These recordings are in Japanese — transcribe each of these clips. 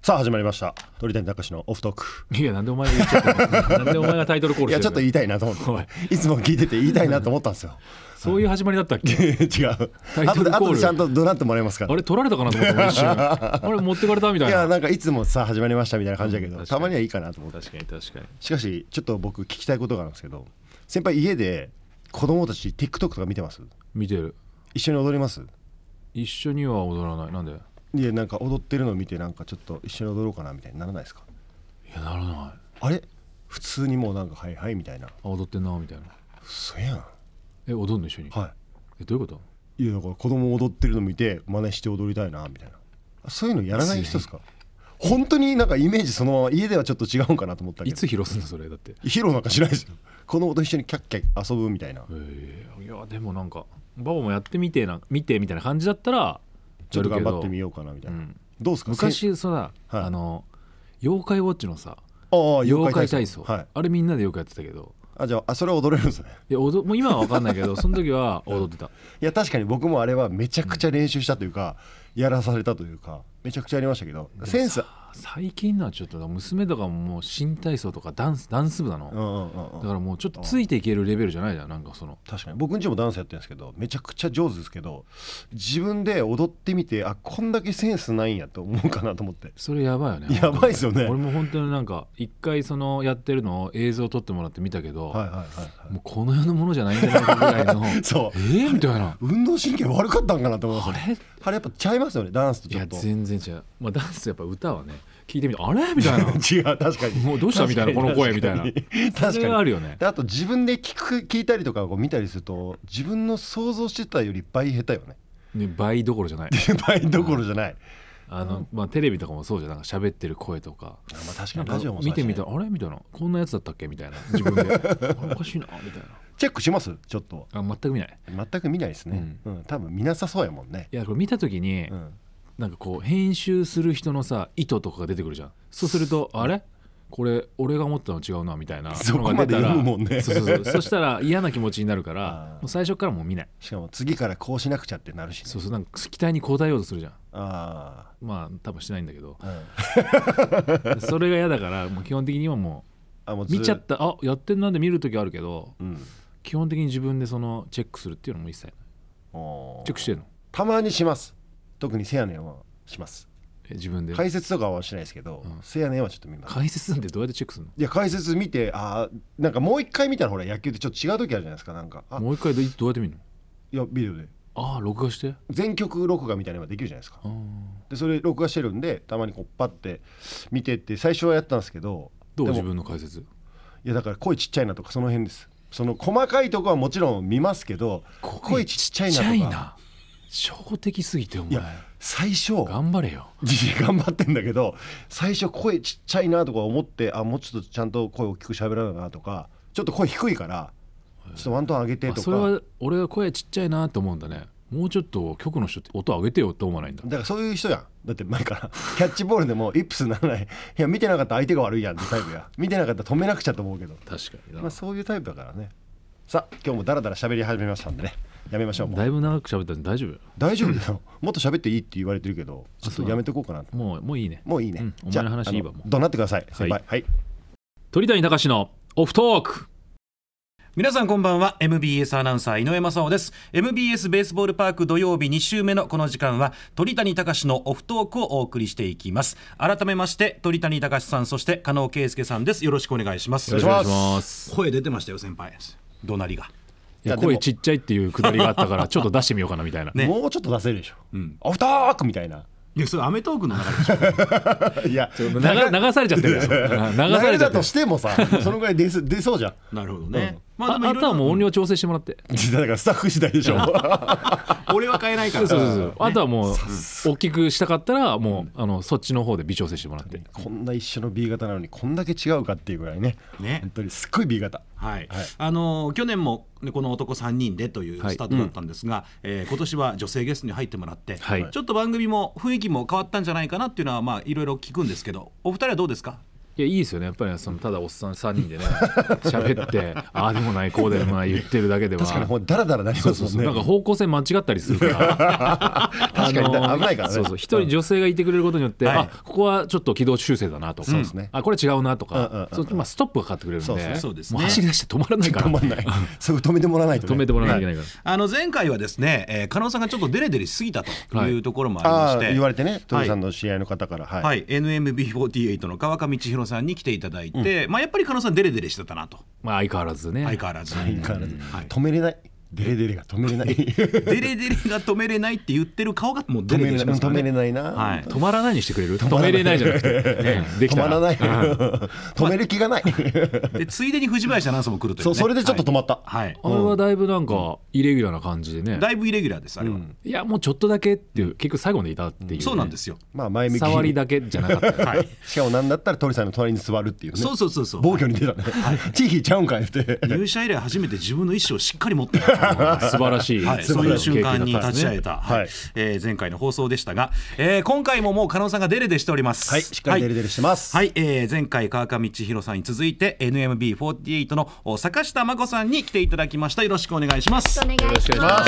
さあ始まりました鳥谷敬のオフトーク。 いやなんでお前が言っちゃったのなんでお前がタイトルコールしてるの。 いやちょっと言いたいなと思っていつも聞いてて言いたいなと思ったんですよそういう始まりだったっけ違うタイトルコール後でちゃんと怒鳴ってもらえますから。 あれ取られたかなと思った一瞬あれ持ってかれたみたいな。 いやなんかいつもさ始まりましたみたいな感じだけど、 確かにたまにはいいかなと思って。 確かに確かに。 しかしちょっと僕聞きたいことがあるんですけど、先輩家で子供たち TikTok とか見てます？ 見てる。 一緒に踊ります？ 一緒には踊らない。なんで？ いやなんか踊ってるのを見てなんかちょっと一緒に踊ろうかなみたいにならないですか？ いやならない。 あれ普通にもうなんかはいはいみたいな。 踊ってんなみたいな。 嘘やん。 踊るの一緒に？ はどういうこと？ いやだから子供踊ってるの見て真似して踊りたいなみたいな。そういうのやらない人ですか？本当になんかイメージそのまま家ではちょっと違うんかなと思ったけど。 いつ披露すんのそれだって。 披露なんかしないですよ。子供と一緒にキャッキャ遊ぶみたいな。 いやでもなんかババもやってみて見てみたいな感じだったらちょっと頑張ってみようかなみたいな、どうですか？ 昔そうだ、 はい、 妖怪ウォッチのさ妖怪体操、 はい、 あれみんなでよくやってたけど。 じゃあそれは踊れるんですね。 いやもう今は分かんないけどその時は踊ってた。 いや確かに僕もあれはめちゃくちゃ練習したというか、やらされたというかめちゃくちゃやりましたけど、センス最近のはちょっと娘とかももう新体操とかダンス部なの、だからもうちょっとついていけるレベルじゃないじゃん。なんかその確かに僕んちもダンスやってるんですけどめちゃくちゃ上手ですけど、自分で踊ってみてこんだけセンスないんやと思うかなと思って。 それやばいよね。 やばいですよね。 俺も本当になんか一回そのやってるのを映像撮ってもらって見たけど、もうこの世のものじゃないんじゃないかぐらいのそうみたいな。 運動神経悪かったんかなと思います。あれやっぱちゃいますよねダンスとちょっと。 いや全然違う、ダンスやっぱ歌はね聞いてみてあれみたいな違う確かにもうどうしたみたいなこの声みたいなそれがあるよね。 であと自分で聞いたりとかこう見たりすると自分の想像してたより倍下手よね。 倍どころじゃない倍どころじゃない。 テレビとかもそうじゃん。なんか喋ってる声とか、 確かにラジオも見てみたらあれみたいな、こんなやつだったっけみたいな、自分でおかしいなみたいな。 チェックしますちょっと。 全く見ない。 全く見ないですね、多分見なさそうやもんね。 いやこれ見た時に、なんかこう編集する人のさ意図とかが出てくるじゃん。そうするとあれこれ俺が思ったの違うなみたいなそこまで読むもんね。 そしたら嫌な気持ちになるからもう最初からもう見ない。 しかも次からこうしなくちゃってなるし、ね、 そうなんか期待に応えようとするじゃん。多分してないんだけど、それが嫌だからもう基本的にはもう見ちゃったやってんなんで見るときあるけど、基本的に自分でそのチェックするっていうのも一切ない。チェックしてるの？ たまにします。特にせやねんはします。 自分で解説とかはしないですけど、せやねんはちょっと見ます。 解説なんてどうやってチェックするの？ いや解説見てなんかもう一回見たらほら野球ってちょっと違う時あるじゃないですか。なんかもう一回どうやって見るの？ いやビデオで録画して全曲録画みたいなのができるじゃないですか。でそれ録画してるんでたまにこうパッて見てって最初はやったんですけど。 どう自分の解説？ いやだから声ちっちゃいなとかその辺です。その細かいとこはもちろん見ますけど声ちっちゃいなとか。 小的すぎてお前。いや最初頑張れよ。 頑張ってんだけど最初声ちっちゃいなとか思ってもうちょっとちゃんと声大きく喋らななとかちょっと声低いからちょっとワントーン上げてとか。 それは俺が声ちっちゃいなと思うんだね。もうちょっと局の人って音上げてよって思わないんだ。 だからそういう人やん。だって前からキャッチボールでもイップスにならないいや見てなかったら相手が悪いやんってタイプや。見てなかったら止めなくちゃと思うけど確かにそういうタイプだからね。さあ今日もダラダラ喋り始めましたんでねやめましょう。 だいぶ長く喋ったんで大丈夫？ 大丈夫だよもっと喋っていいって言われてるけどちょっとやめておこうかなと。 もういいね。 もういいね、 お前の話いいわ。もう怒鳴ってください先輩。はい、 鳥谷敬のオフトーク。 皆さんこんばんは。 MBS アナウンサー井上正雄です。 MBS ベースボールパーク土曜日2週目のこの時間は鳥谷敬のオフトークをお送りしていきます。改めまして鳥谷敬さんそして加納圭介さんです。よろしくお願いします。 よろしくお願いします。 声出てましたよ先輩。怒鳴りがいや声ちっちゃいっていうくだりがあったからちょっと出してみようかなみたいな、 ね、もうちょっと出せるでしょ、オフトークみたいな。 いやそれアメトークの流れでしょいや流されちゃってるよ。流されちゃだとしてもさそのぐらい出そうじゃん。 なるほどね、 あとはもう音量調整してもらって。 だからスタッフ次第でしょ俺は変えないから。 そうあとはもう大きくしたかったらもうそっちの方で微調整してもらって。 こんな一緒の B 型なのにこんだけ違うかっていうぐらいね本当にすっごい B 型。 去年もこの男3人でというスタートだったんですが、今年は女性ゲストに入ってもらって、ちょっと番組も雰囲気も変わったんじゃないかなっていうのはまあいろいろ聞くんですけど、お二人はどうですか？ いやいいですよねやっぱりそのただおっさん3人でね喋ってああでもないこうでもない言ってるだけでは確かにもうダラダラなりますもんね。 そうなんか方向性間違ったりするから確かに危ないからね。 そう一人女性がいてくれることによって、あここはちょっと軌道修正だなとか、 そうですね、 あこれ違うなとか、ストップがかかってくれるんで、 そうですね、 もう走り出して止まらないから止まらないそう止めてもらわないと、ね、 止めてもらわないといけないから、 前回はですね、加納さんがちょっとデレデレしすぎたというところもありまして、 言われてね鳥さんの試合の方から、 NMB48 の川上千尋さんに来ていただいて、やっぱり加納さんデレデレしてたなと、 相変わらずね相変わらず、 止めれないデレデレが止めれないデレデレが止めれないって言ってる顔がもうデレデレしますからね。 止めれないな、 止まらないにしてくれる。止めれないじゃなくて、できたら止まらない止める気がないでついでに藤林アナウンサーも来るというね。 それでちょっと止まった、 あれはだいぶなんかイレギュラーな感じでね。 だいぶイレギュラーですあれは、 いやもうちょっとだけっていう結局最後までいたっていう、 そうなんですよ。 前向き触りだけじゃなかった、 しかもなんだったら鳥さんの隣に座るっていうね。 そう暴挙に出たね、チーヒーちゃうんかいって入社以来初めて自分の意思をしっかり持って素晴らしい、 そういう瞬間に立ち会えた、前回の放送でしたが、今回ももう加納さんがデレデレしております。 しっかりデレデレしてます。 前回川上千尋さんに続いて NMB48 の坂下真子さんに来ていただきました。よろしくお願いします。 お願いします。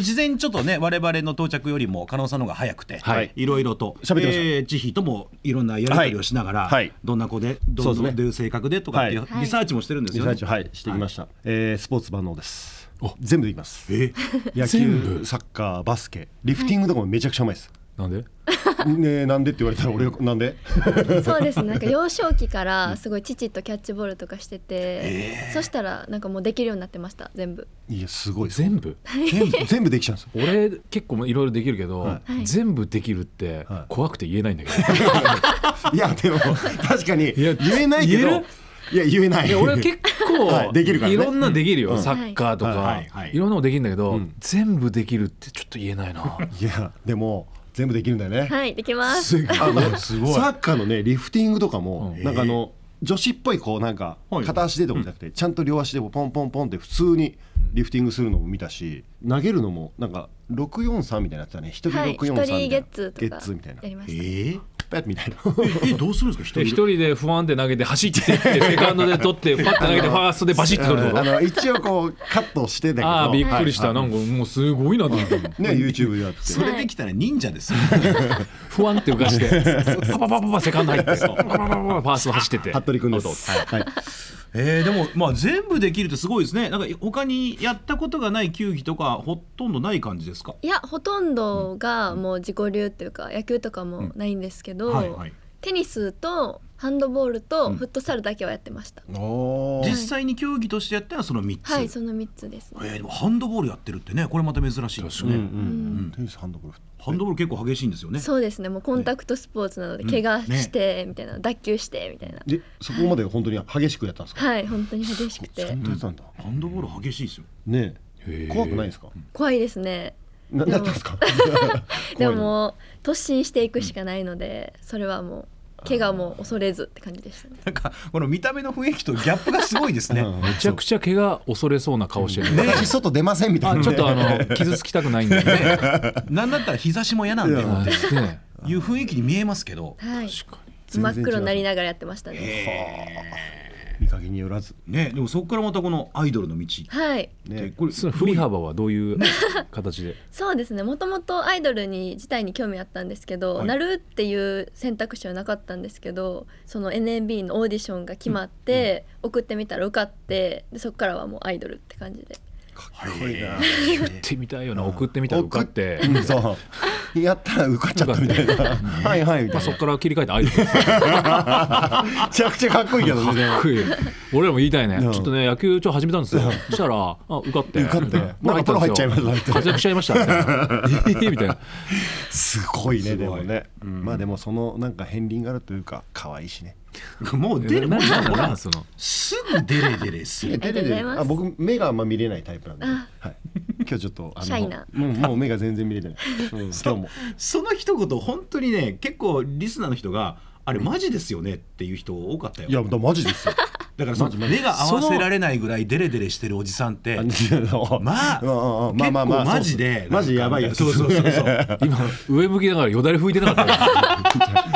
事前にちょっとね我々の到着よりも加納さんの方が早くて、いろいろと喋ってました。 千尋ともいろんなやり取りをしながら、どんな子でどういう性格でとかっていうリサーチもしてるんですよね。 リサーチしてきました。スポーツ万能です。全部できます。野球、サッカー、バスケ、リフティングとかもめちゃくちゃうまいです。 なんでなんでって言われたら俺なんでそうですね、なんか幼少期からすごい父とキャッチボールとかしてて、そしたらなんかもうできるようになってました。全部。 いやすごい全部全部できちゃうんですよ。 俺結構いろいろできるけど、全部できるって怖くて言えないんだけどいやでも確かに言えないけど、いや言えない。 俺結構できるからね、 いろんなできるよ、サッカーとか、いろんなのできるんだけど、全部できるってちょっと言えないな。 いやでも全部できるんだよね。 はいできます。 すごい。サッカーのねリフティングとかもなんか女子っぽいこうなんか片足でとかじゃなくてちゃんと両足でポンポンポンって普通にリフティングするのも見たし、投げるのもなんか643みたいなやつだね。一人643みたいな、 一人ゲッツとかゲッツみたいなやりました。 みたいなどうするんですか。 一人でフワンって投げて走ってってセカンドで取ってパッて投げてファーストでバシッて取ると一応こうカットしてたけどびっくりした、なんかもうすごいなと思ってね YouTube でやってそれできたら忍者ですよフワンって浮かしてパパパパパセカンド入ってパパパパパファースト走ってて服部君です。 でも全部できるってすごいですね。なんか他にやったことがない球技とかほとんどない感じですか。 いやほとんどがもう自己流っていうか野球とかもないんですけど、テニスとハンドボールとフットサルだけはやってました。 実際に競技としてやったのはその3つ。 はいその3つですね。 でもハンドボールやってるってねこれまた珍しいですね。 テニスハンドボール結構激しいんですよね。 そうですね、もうコンタクトスポーツなので怪我してみたいな、脱臼してみたいな。 でそこまで本当に激しくやったんですか。 はい本当に激しくて。 ハンドボール激しいですよね。怖くないですか。 怖いですね。 なったんですか。 でも突進していくしかないので、それはもう怪我も恐れずって感じでしたね。 なんかこの見た目の雰囲気とギャップがすごいですね。 めちゃくちゃ怪我恐れそうな顔してるね。外出ませんみたいな。 ちょっと傷つきたくないんでね。 なんだったら日差しも嫌なんだよっていう雰囲気に見えますけど、 確かに真っ黒になりながらやってましたね。 見かけによらずね。でもそこからまたこのアイドルの道、 これその振り幅はどういう形で。 そうですね、もともとアイドルに自体に興味あったんですけど、なるっていう選択肢はなかったんですけど、その NMB のオーディションが決まって送ってみたら受かって、でそこからはもうアイドルって感じで。 かっこいいな。 言ってみたいよな。送ってみたら受かって、 そうやったら受かっちゃったみたいな。はいはいみたいな。 そこから切り替えてアイドル。 めちゃくちゃかっこいいけどね。 俺らも言いたいね。ちょっとね野球始めたんですよ。そしたら受かってなんかプロ入っちゃいました。 活躍しちゃいましたみたいな。 すごいね。でもね、まあでもそのなんか片鱗があるというか可愛いしね。 もう出るすぐデレデレする。 僕目があんま見れないタイプなんで、今日ちょっとシャイなもう目が全然見れてない。今日もその一言本当にね結構リスナーの人があれマジですよねっていう人多かったよ。 いやマジですよ。 だからその目が合わせられないぐらいデレデレしてるおじさんってまあ結構マジでマジやばいやつ。 そう今上向きながらよだれ拭いてなかった。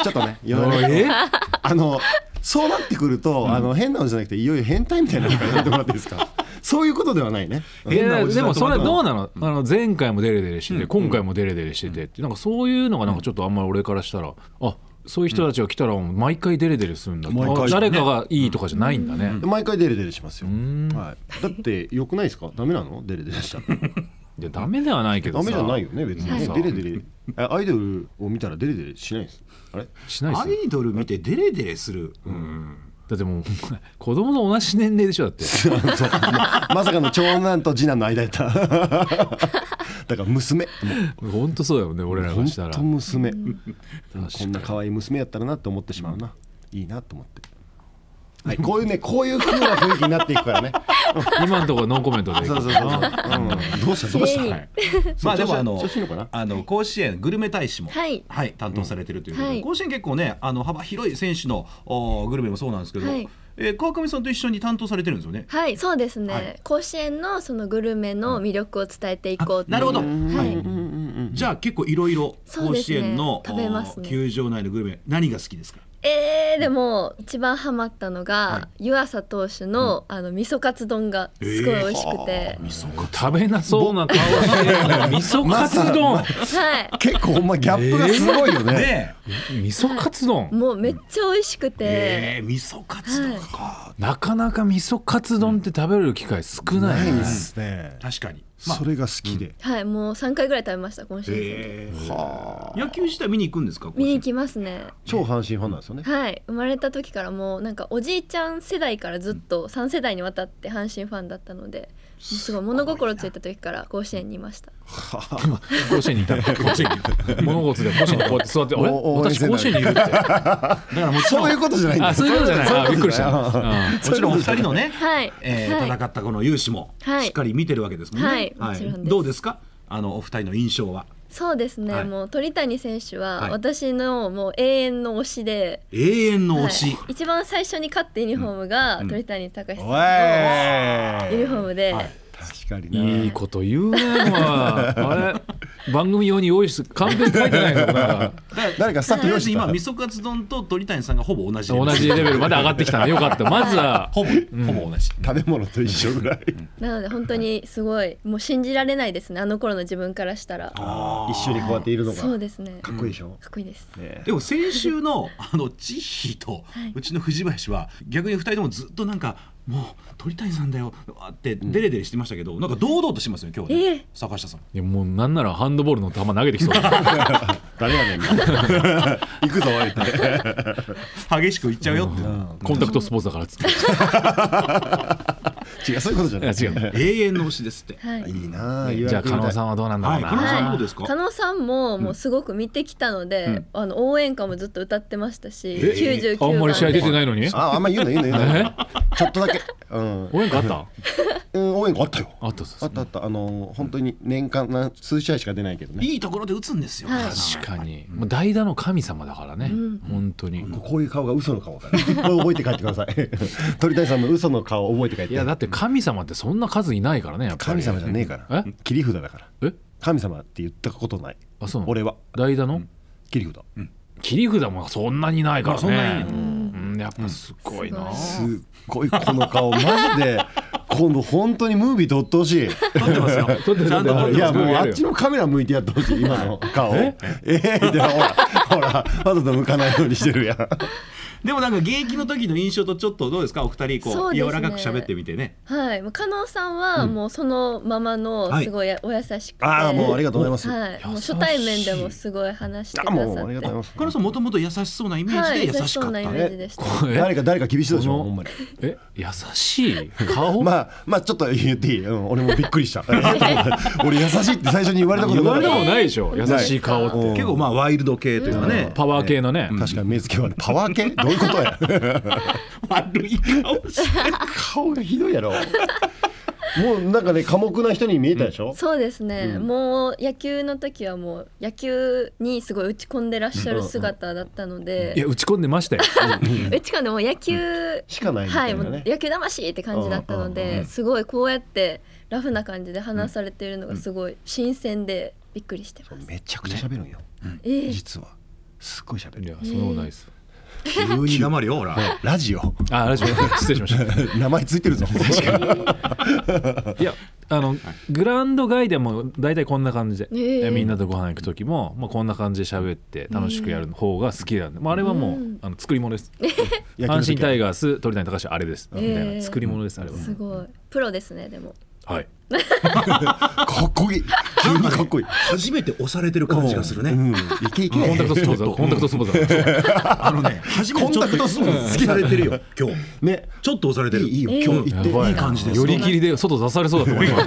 ちょっとねそうなってくると、変なのじゃなくていよいよ変態みたいなのからやってもらっていいですか。そういうことではないね。 でもそれどうなの、前回もデレデレしてて、今回もデレデレしてて、なんかそういうのがなんかちょっとあんまり俺からしたら、そういう人たちが来たら毎回デレデレするんだ、誰かがいいとかじゃないんだね。 毎回デレデレしますよ。だってよくないですか。ダメなのデレデレしちゃって。いやダメではないけどさ。 ダメじゃないよね別に。デレデレアイドルを見たらデレデレしないです。あれしないです。 アイドル見てデレデレする。 だってもう子供と同じ年齢でしょだって。 まさかの長男と次男の間やった。だから娘。 本当そうだよね俺らがしたら。 本当娘。こんな可愛い娘やったらなって思ってしまうな。いいなと思って。はい、こういう風な雰囲気になっていくからね。 今のところノーコメントで。 そう。どうした。 まあでも甲子園グルメ大使も担当されてるということで、甲子園結構ね幅広い選手のグルメもそうなんですけど、川上さんと一緒に担当されてるんですよね。 はい、そうですね。甲子園のそのグルメの魅力を伝えていこうっていう。 なるほど。じゃあ結構いろいろ甲子園の球場内のグルメ何が好きですか。 でも一番ハマったのが湯浅投手の味噌カツ丼がすごい美味しくて、 食べなそうな顔してる。味噌カツ丼、 結構ほんまギャップがすごいよね。 味噌カツ丼もうめっちゃ美味しくて、 味噌カツ丼か。 なかなか味噌カツ丼って食べる機会少ないですね。 確かに。 それが好きで、 もう3回ぐらい食べました今シーズン。野球自体見に行くんですか。 見に行きますね。 超阪神ファンなんですよね。 はい、生まれた時からもうなんかおじいちゃん世代からずっと3世代にわたって阪神ファンだったので、すごい物心ついた時から甲子園にいました。 甲子園にいたの。甲子園に物事で甲子園にこうやって座って、私甲子園にいるって。だからもちろんそういうことじゃないんだ。 そういうことじゃない。びっくりした。 もちろんお二人のね戦ったこの雄姿もしっかり見てるわけですもんね。どうですかお二人の印象は。 そうですね、もう鳥谷選手は私のもう永遠の推しで、 永遠の推し、 一番最初に買ったユニフォームが鳥谷敬さんのユニフォームで、 確かにいいこと言うね。あれ番組用に用意して完全に書いてないのか。 誰かスタッフ用意して今味噌カツ丼と鳥谷さんがほぼ同じレベルまで上がってきたのよかった。まずはほぼ同じ、 食べ物と一緒ぐらい。 なので本当にすごいもう信じられないですね、あの頃の自分からしたら。 一緒にこうやっているのがそうですね。 かっこいいでしょ。 かっこいいです。 でも先週のチッヒとうちの藤林は逆に2人ともずっとなんかもう鳥谷さんだよってデレデレしてましたけど、なんか堂々としてますよ今日ね、坂下さん。 いやもうなんならハンドボールの球投げてきそうだ。 誰やねん行くぞって激しくいっちゃうよって、 コンタクトスポーツだからっつって。 違う、そういうことじゃない。 違う。 永遠の推しですって。 いいな。 じゃあ加納さんはどうなんだろうな。 加納さんどうですか。 加納さんももうすごく見てきたので、応援歌もずっと歌ってましたし、99番。 あんまり試合出てないのに。 あんまり言うの。ちょっとだけ。 応援歌あった。 応援歌あったよ。 あった本当に年間数試合しか出ないけどね。 いいところで打つんですよ。 確かに。代打の神様だからね。本当に。 こういう顔が嘘の顔だね。覚えて帰ってください。鳥谷さんの嘘の顔覚えて帰って。 いやだって神様ってそんな数いないからね。やっぱり神様じゃねえから。切り札だから。神様って言ったことない。 あ、そう。 俺は代打の切り札。 切り札もそんなにないからね。やっぱすごいな。 すっごいこの顔マジで今度本当にムービー撮ってほしい。 撮ってますよ。ちゃんと撮ってます。 いやもうあっちのカメラ向いてやってほしい今の顔。でほらわざと向かないようにしてるやん。 でもなんか現役の時の印象とちょっとどうですかお二人こう柔らかく喋ってみてね。 はい、加納さんはもうそのままのすごいお優しくて、 もうありがとうございます。 はい、もう初対面でもすごい話してくださって。 加納さんもともと優しそうなイメージで優しかった。 誰か厳しいでしょほんまに。 優しい顔。 まあちょっと言っていい。俺もびっくりした。俺優しいって最初に言われたことないでしょ。優しい顔って結構ワイルド系というかね、 パワー系のね。 確かに目つきはパワー系どういうことや。 悪い顔して顔がひどいやろ。もうなんかね寡黙な人に見えたでしょ。 そうですね、もう野球の時はもう野球にすごい打ち込んでらっしゃる姿だったので、 いや打ち込んでましたよ。 打ち込んでも野球しかないみたいなね。 はい、もう野球魂って感じだったので、すごいこうやってラフな感じで話されているのがすごい新鮮でびっくりしてます。 めちゃくちゃ喋るんよ、実はすごい喋る。 いやそんなことないです。 急に黙るよほら。 ラジオ。 ラジオ失礼しました名前ついてるぞ。確かに。 いやグラウンド外でも大体こんな感じで、みんなとご飯行く時も、こんな感じで喋って楽しくやる方が好きなんで、あれはもう作り物です。阪神タイガース鳥谷敬あれですみたいな作り物です。あれはすごいプロですね。でもはいかっこいい。急にかっこいい。 初めて押されてる感じがするね。 いけいけ。 コンタクトスポーツだ。コンタクトスポーツだ。 初めてちょっと押されてるよ今日ね。ちょっと押されてる。 いいよ今日言っていい感じです。 寄り切りで外出されそうだと思います。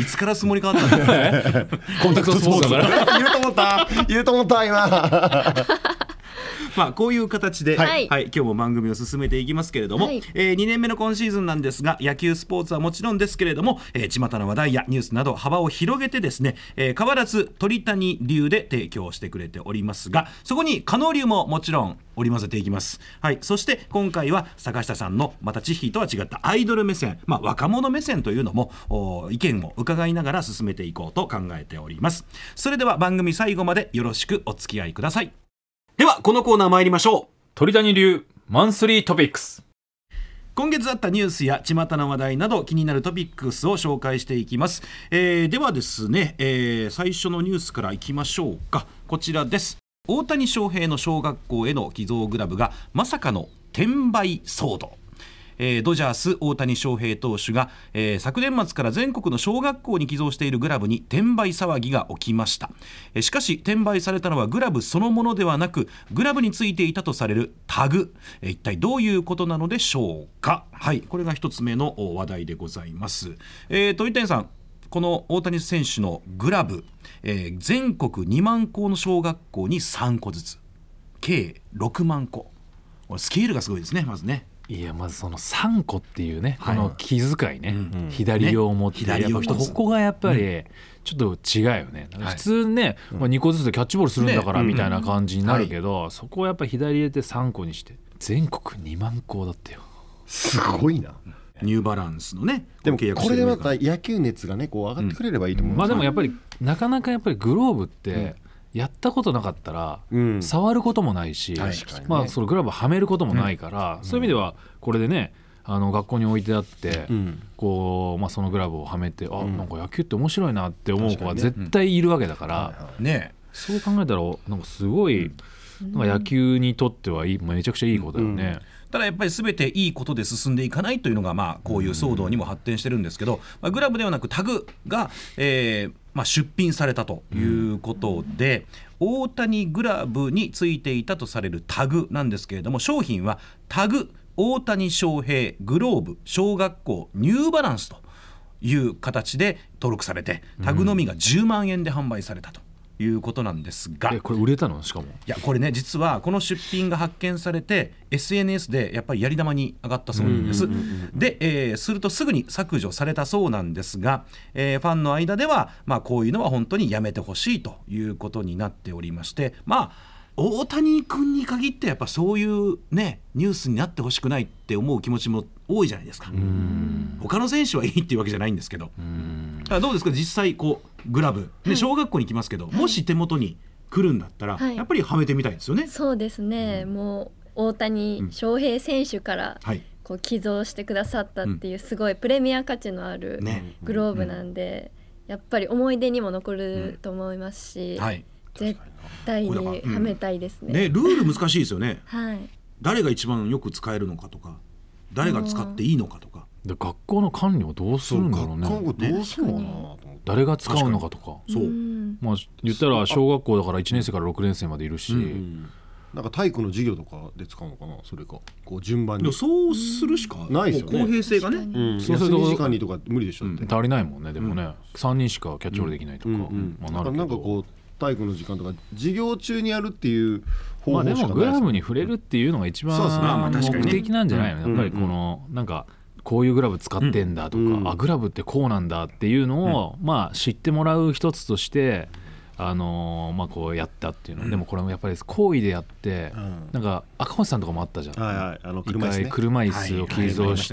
いつから相撲に変わったの？ コンタクトスポーツだから。 言うと思った今。 こういう形で、はい今日も番組を進めていきますけれども、2年目の今シーズンなんですが、野球スポーツはもちろんですけれども、巷の話題やニュースなど幅を広げてですね、変わらず鳥谷流で提供してくれておりますが、そこに加納流ももちろん織り交ぜていきます。そして今回は坂下さんのまたチッヒーとは違ったアイドル目線、若者目線というのも意見を伺いながら進めていこうと考えております。それでは番組最後までよろしくお付き合いください。ではこのコーナー参りましょう。 鳥谷流マンスリートピックス。 今月あったニュースや巷の話題など気になるトピックスを紹介していきます。ではですね、最初のニュースからいきましょうか。こちらです。大谷翔平の小学校への寄贈グラブがまさかの転売騒動。ドジャース大谷翔平投手が、昨年末から全国の小学校に寄贈しているグラブに転売騒ぎが起きました。しかし転売されたのはグラブそのものではなく、グラブについていたとされるタグ、一体どういうことなのでしょうか。これが一つ目の話題でございます。鳥谷さん、この大谷選手のグラブ、全国2万校の小学校に3個ずつ、計6万個。これスケールがすごいですね。まずね、 いやまずその3個っていうね、この気遣いね、左を持って、やっぱここがやっぱりちょっと違うよね。普通ね、2個ずつでキャッチボールするんだからみたいな感じになるけど、そこをやっぱ左入れて3個にして全国2万校だってよ。 すごいな。 ニューバランスのね。 でもこれでまた野球熱がねこう上がってくれればいいと思う。 でもやっぱりなかなかやっぱりグローブってやったことなかったら触ることもないし、そのグラブはめることもないから、そういう意味ではこれでね、学校に置いてあって、こうそのグラブをはめて、なんか野球って面白いなって思う子が絶対いるわけだから、そう考えたらなんかすごいなんか野球にとってはいい、めちゃくちゃいいことだよね。 ただやっぱり全ていいことで進んでいかないというのがこういう騒動にも発展してるんですけど、グラブではなくタグが、出品されたということで、大谷グラブについていたとされるタグなんですけれども、商品はタグ大谷翔平グローブ小学校ニューバランスという形で登録されて、タグのみが10万円で販売されたということなんですが、 これ売れたの？しかもこれね、実はこの出品が発見されて SNS でやっぱりやり玉に上がったそうなんです。で、するとすぐに削除されたそうなんですが、ファンの間ではこういうのは本当にやめてほしいということになっておりまして、大谷君に限ってやっぱそういうねニュースになってほしくないって思う気持ちも多いじゃないですか。他の選手はいいっていうわけじゃないんですけど、どうですか実際こうグラブ、小学校に行きますけど、もし手元に来るんだったら、やっぱりはめてみたいですよね。 そうですね、もう大谷翔平選手からこう寄贈してくださったっていうすごいプレミア価値のあるグローブなんで、やっぱり思い出にも残ると思いますし、絶対にはめたいですね。 ルール難しいですよね。誰が一番よく使えるのかとか、誰が使っていいのかとか、 学校の管理をどうするんだろうね。 学校どうするのかな、 誰が使うのかとか。言ったら小学校だから1年生から6年生までいるし、 なんか体育の授業とかで使うのかな。それかこう順番にそうするしかないですよね。 公平性がね、 休み時間にとか無理でしょ。 足りないもんね。でもね、3人しかキャッチボールできないとかなるけど、 なんかこう体育の時間とか授業中にやるっていう方法しかないです。 でもグラブに触れるっていうのが一番目的なんじゃないの。やっぱりこのなんかこういうグラブ使ってんだとか、グラブってこうなんだっていうのを知ってもらう一つとしてこうやったっていうの、でもこれもやっぱり行為でやって、なんか赤星さんとかもあったじゃん。一回車椅子を寄贈して、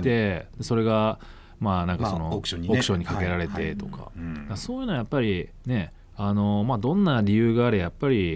それがなんかそのオークションにかけられてとか、そういうのはやっぱりね、どんな理由があれやっぱり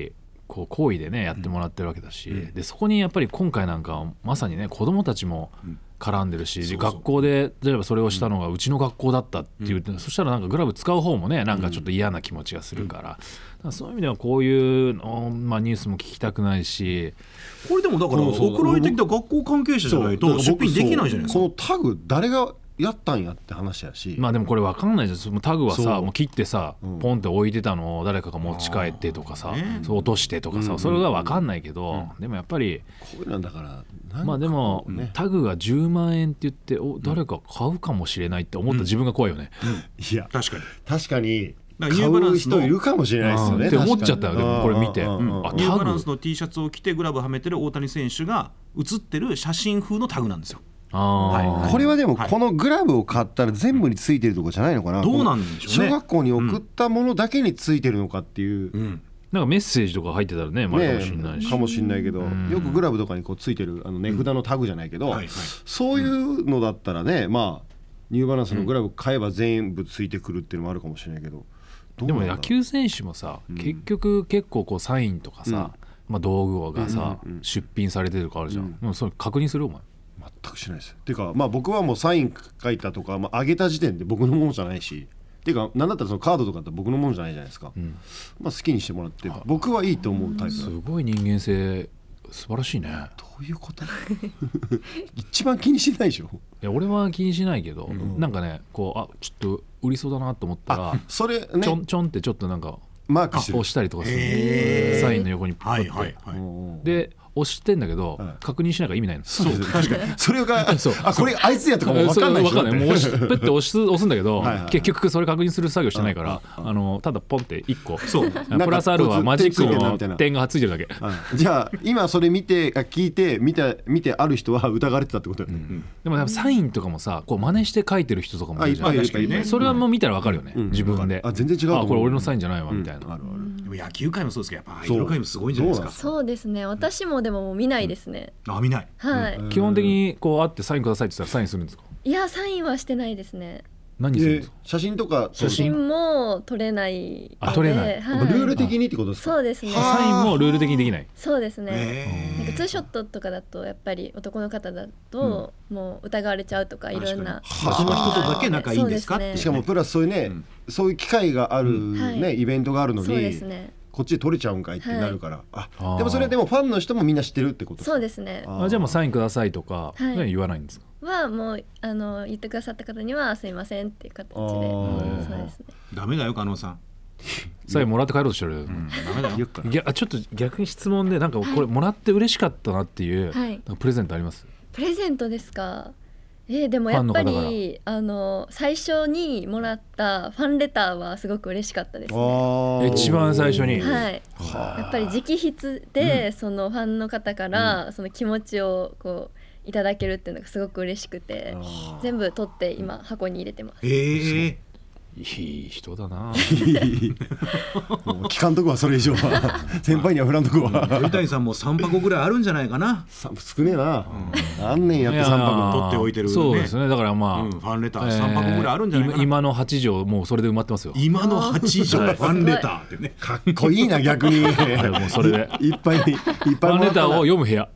こう行為でねやってもらってるわけだし、でそこにやっぱり今回なんかまさにね子どもたちも絡んでるし、学校で例えばそれをしたのがうちの学校だったっていう、そしたらなんかグラブ使う方もねなんかちょっと嫌な気持ちがするから、だからそういう意味ではこういうの、ニュースも聞きたくないし、 これでもだから送られてきた学校関係者じゃないと出品できないじゃないですか。 このタグ誰がやったんやって話やし、 まあでもこれ分かんないじゃん。そのタグはさもう切ってさ、ポンって置いてたのを誰かが持ち帰ってとかさ、そう落としてとかさ、それが分かんないけど、でもやっぱりこういうなんだからまあでも、タグが10万円って言って誰か買うかもしれないって思った自分が怖いよね。 いや確かに買う人いるかもしれないですよねって思っちゃったよ。でもこれ見て、 ニューバランスの T シャツを着てグラブはめてる大谷選手が写ってる写真風のタグなんですよ。 これはでもこのグラブを買ったら全部についてるとかじゃないのかな。 どうなんでしょうね。 小学校に送ったものだけについてるのかっていう、 なんかメッセージとか入ってたらねまだかもしれないし、 かもしれないけど、よくグラブとかにこうついてる値札のタグじゃないけど、そういうのだったらね、まあニューバランスのグラブ買えば全部ついてくるっていうのもあるかもしれないけど、 でも野球選手もさ、結局結構こうサインとかさ、道具がさ、出品されてるとかあるじゃん。もうそれ確認するお前。 全くしないです。っていうか、僕はもうサイン書いたとか、上げた時点で僕のものじゃないし、っていうか何だったらそのカードとかって僕のものじゃないじゃないですか。好きにしてもらって僕はいいと思うタイプ。 すごい人間性素晴らしいね。 どういうこと一番気にしないでしょ。いや俺は気にしないけど、なんかねこうちょっと売りそうだなと思ったらそれねちょんってちょっとなんかマークして押したりとかする。サインの横にピッとで押してんだけど、確認しないから意味ないの。 そうです確かにそれがこれあいつやとかも分かんないし、 もうペッて押すんだけど結局それ確認する作業してないからただポンって1個プラスアルファマジックの点がついてるだけ。 じゃあ今それ聞いて見てある人は疑われてたってことだよね。 でもサインとかもさこう真似して書いてる人とかもいるじゃん。 確かにね。 それはもう見たら分かるよね自分で。 全然違うと思う。 これ俺のサインじゃないわみたいな。 でも野球界もそうですけどやっぱアイドル界もすごいんじゃないですか。 そうですね。私もでももう見ないですね。 見ない。 はい。 基本的にこう会ってサインくださいって言ったらサインするんですか。 いやサインはしてないですね。 何するんですか。 写真とか写真も撮れないので。 撮れない。 ルール的にってことですか。 そうですね。 サインもルール的にできない。 そうですね。なんかツーショットとかだとやっぱり男の方だともう疑われちゃうとかいろんな。 その人とだけ仲いいんですかって。 しかもプラスそういうね、そういう機会があるねイベントがあるのに。 そうですね。 こっちで取れちゃうんかいってなるから、でもそれでもファンの人もみんな知ってるってことですか。 そうですね。 じゃあもうサインくださいとか言わないんですか。 はもう言ってくださった方にはすいませんっていう形で。そうですね。 ダメだよ加納さん。 サインもらって帰ろうとしてる。 ダメだよ。 いやちょっと逆に質問でなんかこれもらって嬉しかったなっていうプレゼントあります。 プレゼントですか。でもやっぱり最初にもらったファンレターはすごく嬉しかったですね。 一番最初に。 はい。やっぱり直筆でそのファンの方からその気持ちをこういただけるっていうのがすごく嬉しくて、全部取って今箱に入れてます。 いい人だな。 もう聞かんとこはそれ以上は先輩には振らんとこは。 鳥谷さんも3箱ぐらいあるんじゃないかな。 少ねえな。何年やって3箱取っておいてるね。 そうですね。だからファンレター3箱ぐらいあるんじゃないかな。 今の8畳もうそれで埋まってますよ。 今の8畳ファンレターってね。 かっこいいな逆に。 もうそれでいっぱいファンレターを読む部屋。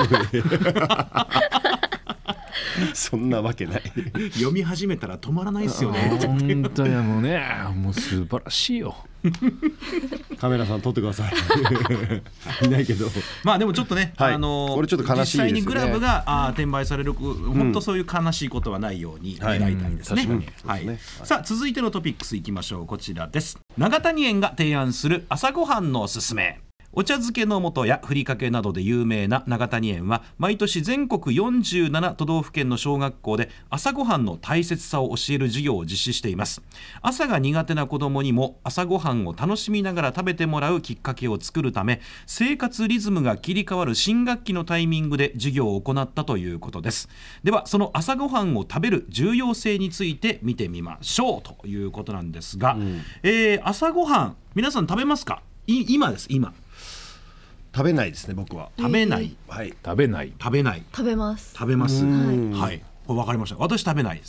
そんなわけない。 読み始めたら止まらないですよね。 本当にもうね、もう素晴らしいよ。 カメラさん撮ってください。いないけど。 でもちょっとね、これちょっと悲しいですね。 実際にグラブが転売される本当そういう悲しいことはないように願いたいですね。さあ続いてのトピックスいきましょう。こちらです。永谷園が提案する朝ごはんのおすすめ。お茶漬けの素やふりかけなどで有名な永谷園は毎年全国47都道府県の小学校で朝ごはんの大切さを教える授業を実施しています。朝が苦手な子どもにも朝ごはんを楽しみながら食べてもらうきっかけを作るため、生活リズムが切り替わる新学期のタイミングで授業を行ったということです。ではその朝ごはんを食べる重要性について見てみましょうということなんですが、朝ごはん皆さん食べますか。今です。今食べないですね。僕は食べない。 食べない。 食べない。 食べます。 食べます。はい。これ分かりました。私食べないですね。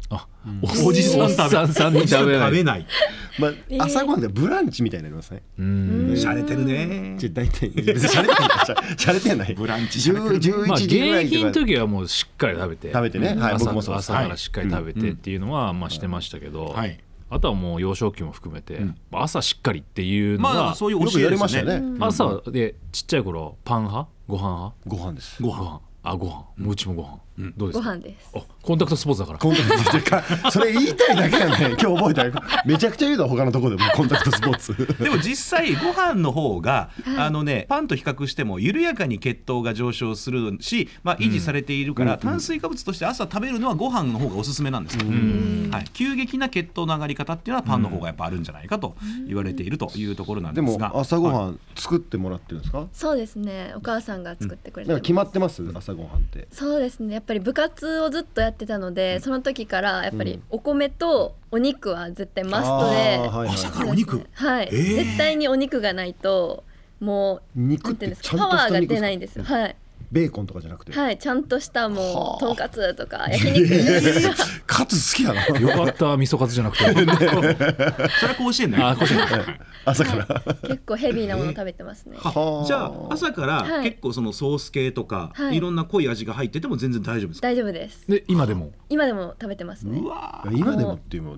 おじさんさんに食べない。 まあ、朝ごはんでブランチみたいになりますね。 しゃれてるね。 大体別にしゃれてない。 ブランチ 11時ぐらいとか。 現役の時はもうしっかり食べてね、 僕もそうです。 朝からしっかり食べてっていうのはまあしてましたけど、あとはもう幼少期も含めて朝しっかりっていうのがそういう教えですね。 朝でちっちゃい頃パン派ご飯派？ ご飯です。 ご飯。うちもご飯。どうですか？ ご飯です。 コンタクトスポーツだから。 コンタクトそれ言いたいだけやね。今日覚えた。めちゃくちゃ言うの他のところでもコンタクトスポーツ。 でも実際ご飯の方がパンと比較しても緩やかに血糖が上昇するし、維持されているから炭水化物として朝食べるのはご飯の方がおすすめなんですけど、急激な血糖の上がり方っていうのはパンの方がやっぱあるんじゃないかと言われているというところなんですが。 でも朝ごはん作ってもらってるんですか？ そうですね、お母さんが作ってくれてます。 決まってます？朝ごはんって。 そうですね、やっぱり部活をずっとやってたので、その時からやっぱりお米とお肉は絶対マストで、 朝からお肉、 絶対にお肉がないともう肉ってパワーが出ないんですよ。 ベーコンとかじゃなくて、 ちゃんとしたもうとんかつとか焼肉カツ好きやな。 よかった味噌カツじゃなくて。 それは甲子園だよ。 朝から結構ヘビーなもの食べてますね。 じゃあ朝から結構そのソース系とかいろんな濃い味が入ってても全然大丈夫ですか？ 大丈夫です。 で今でも食べてますね。 今でもっていうのは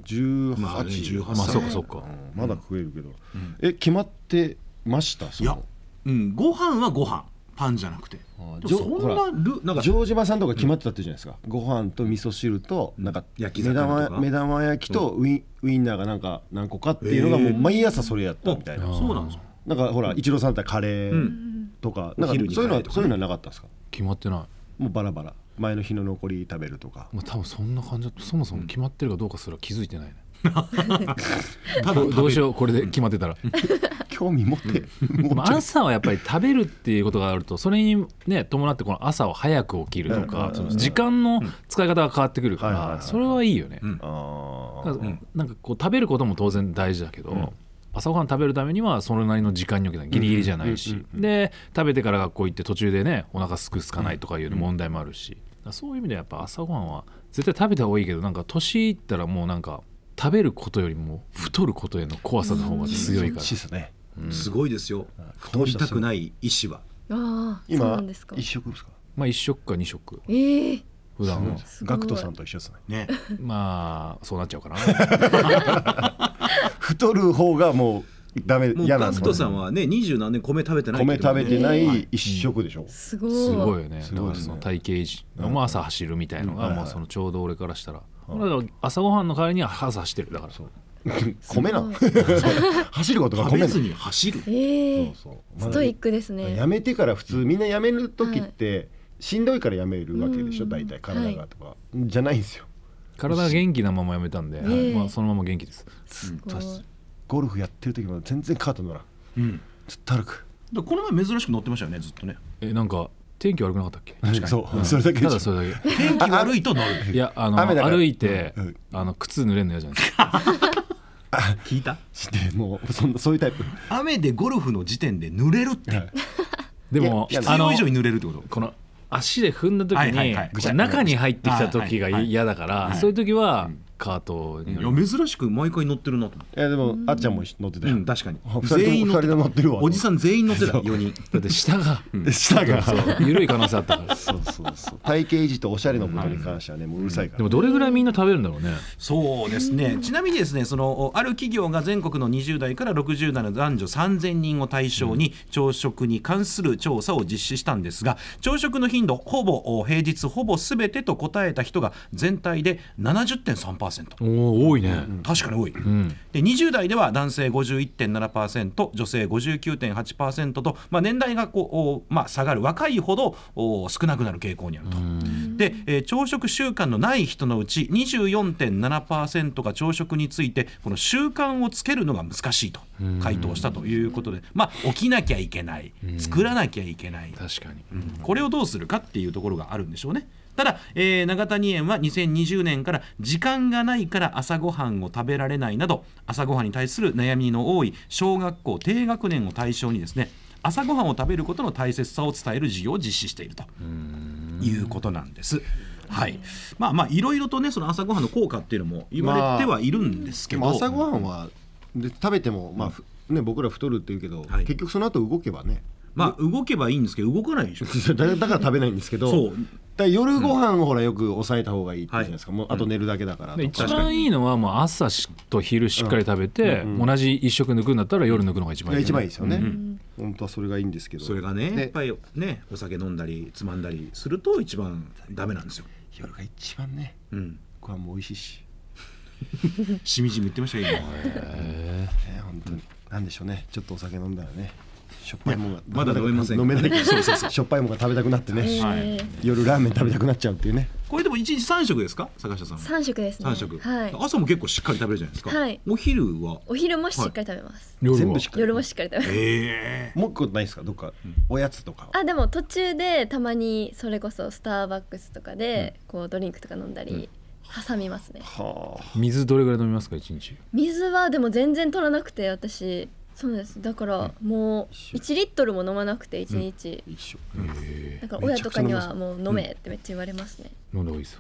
18、 まあそうかまだ食えるけど、決まってました？ いや、ご飯はご飯、パンじゃなくて。 城島さんとか決まってたってじゃないですか。ご飯と味噌汁となんか目玉焼きとウインナーがなんか何個かっていうのがもう毎朝それやったみたいな。 そうなんですか。 なんかほらイチローさんだったらカレーとかなんかそういうのはなかったんですか？ 決まってない。 もうバラバラ前の日の残り食べるとか。 多分そんな感じだとそもそも決まってるかどうかすら気づいてないね。どうしようこれで決まってたら。 興味持って朝はやっぱり食べるっていうことがあるとそれにね伴ってこの朝を早く起きるとか時間の使い方が変わってくるからそれはいいよね。なんかこう食べることも当然大事だけど朝ごはん食べるためにはそれなりの時間に起きないギリギリじゃないしで食べてから学校行って途中でねお腹すくすかないとかいう問題もあるしそういう意味でやっぱ朝ごはんは絶対食べた方がいいけどなんか年いったらもうなんか食べることよりも太ることへの怖さの方が強いから。 すごいですよ。太りたくない意志は。 今一食ですか？ まあ1食か2食。普段はガクトさんと一緒ですね。 まあそうなっちゃうかな。 太る方がもうダメ嫌なんです。 ガクトさんはね20何年米食べてない。 米食べてない一食でしょ。 すごいよね。だからその体型維持も朝走るみたいのがもうそのちょうど俺からしたら朝ごはんの代わりには朝走ってるだからそう。 米な走ることが米な食べずに走る。 ストイックですね。 やめてから普通みんなやめる時ってしんどいからやめるわけでしょ大体体がとかじゃないんですよ。 体が元気なままやめたんでそのまま元気です。 ゴルフやってる時も全然カート乗らん。ずっと歩く。 この前珍しく乗ってましたよねずっとね。 なんか天気悪くなかったっけ？ そうそれだけ。 ただそれだけ。 天気悪いと乗る。 いや歩いて靴濡れるの嫌じゃないですか。 聞いた？ もうそういうタイプ。 雨でゴルフの時点で濡れるって。 でも必要以上に濡れるってこと？ この足で踏んだ時に中に入ってきた時が嫌だからそういう時はカートに。 いや珍しく毎回乗ってるなと思って。 いやでもあっちゃんも乗ってたよ。 確かに。 全員乗ってるわ。 おじさん全員乗ってた4人。 だって下が緩い可能性あったから。 そう体型維持とおしゃれのことに関してはねもううるさいから。 でもどれぐらいみんな食べるんだろうね。 そうですね。ちなみにですねある企業が全国の20代から60代の男女3000人を対象に朝食に関する調査を実施したんですが朝食の頻度ほぼ平日ほぼ全てと答えた人が全体で 70.3%。 多いね。 確かに多い。で20代では男性 51.7% 女性 59.8% と、年代が下がる若いほど少なくなる傾向にあると。で、朝食習慣のない人のうち 24.7% が朝食についてこの習慣をつけるのが難しいと回答したということで起きなきゃいけない作らなきゃいけない。 確かに、 これをどうするかっていうところがあるんでしょうね。ただ、永谷園は2020年から時間がないから朝ごはんを食べられないなど朝ごはんに対する悩みの多い小学校低学年を対象にですね朝ごはんを食べることの大切さを伝える事業を実施しているということなんです。 はい、まあいろいろとねその朝ごはんの効果っていうのも言われてはいるんですけど、 朝ごはんはで食べても、僕ら太るって言うけど、結局その後動けばね、 動けばいいんですけど動かないでしょだから食べないんですけど、そうだ夜ご飯をほらよく抑えた方がいいって言うじゃないですか、もうあと寝るだけだから、 一番いいのはもう朝と昼しっかり食べて、同じ一食抜くんだったら夜抜くのが一番いい、 一番いいですよね、本当はそれがいいんですけど、 それがねやっぱりねお酒飲んだりつまんだりすると一番ダメなんですよ。 夜が一番ね、ご飯も美味しいししみじみ言ってましたけど、 本当になんでしょうね、ちょっとお酒飲んだらねしょっぱいものがまだ飲めません飲めないしょっぱいものが食べたくなってね、夜ラーメン食べたくなっちゃうっていうね。 これでも1日3食ですか坂下さん。 3食ですね。 3食、 はい、 朝も結構しっかり食べるじゃないですか、 はい、 お昼はお昼もしっかり食べます、 全部しっかり夜もしっかり食べます、 もう一個ないですか、どっかおやつとか。 でも途中でたまにそれこそスターバックスとかでこうドリンクとか飲んだり挟みますね、 水どれぐらい飲みますか1日。 水はでも全然取らなくて、私そうです、だからもう1リットルも飲まなくて1日、だから親とかにはもう飲めってめっちゃ言われますね。 飲んだ方がいいですよ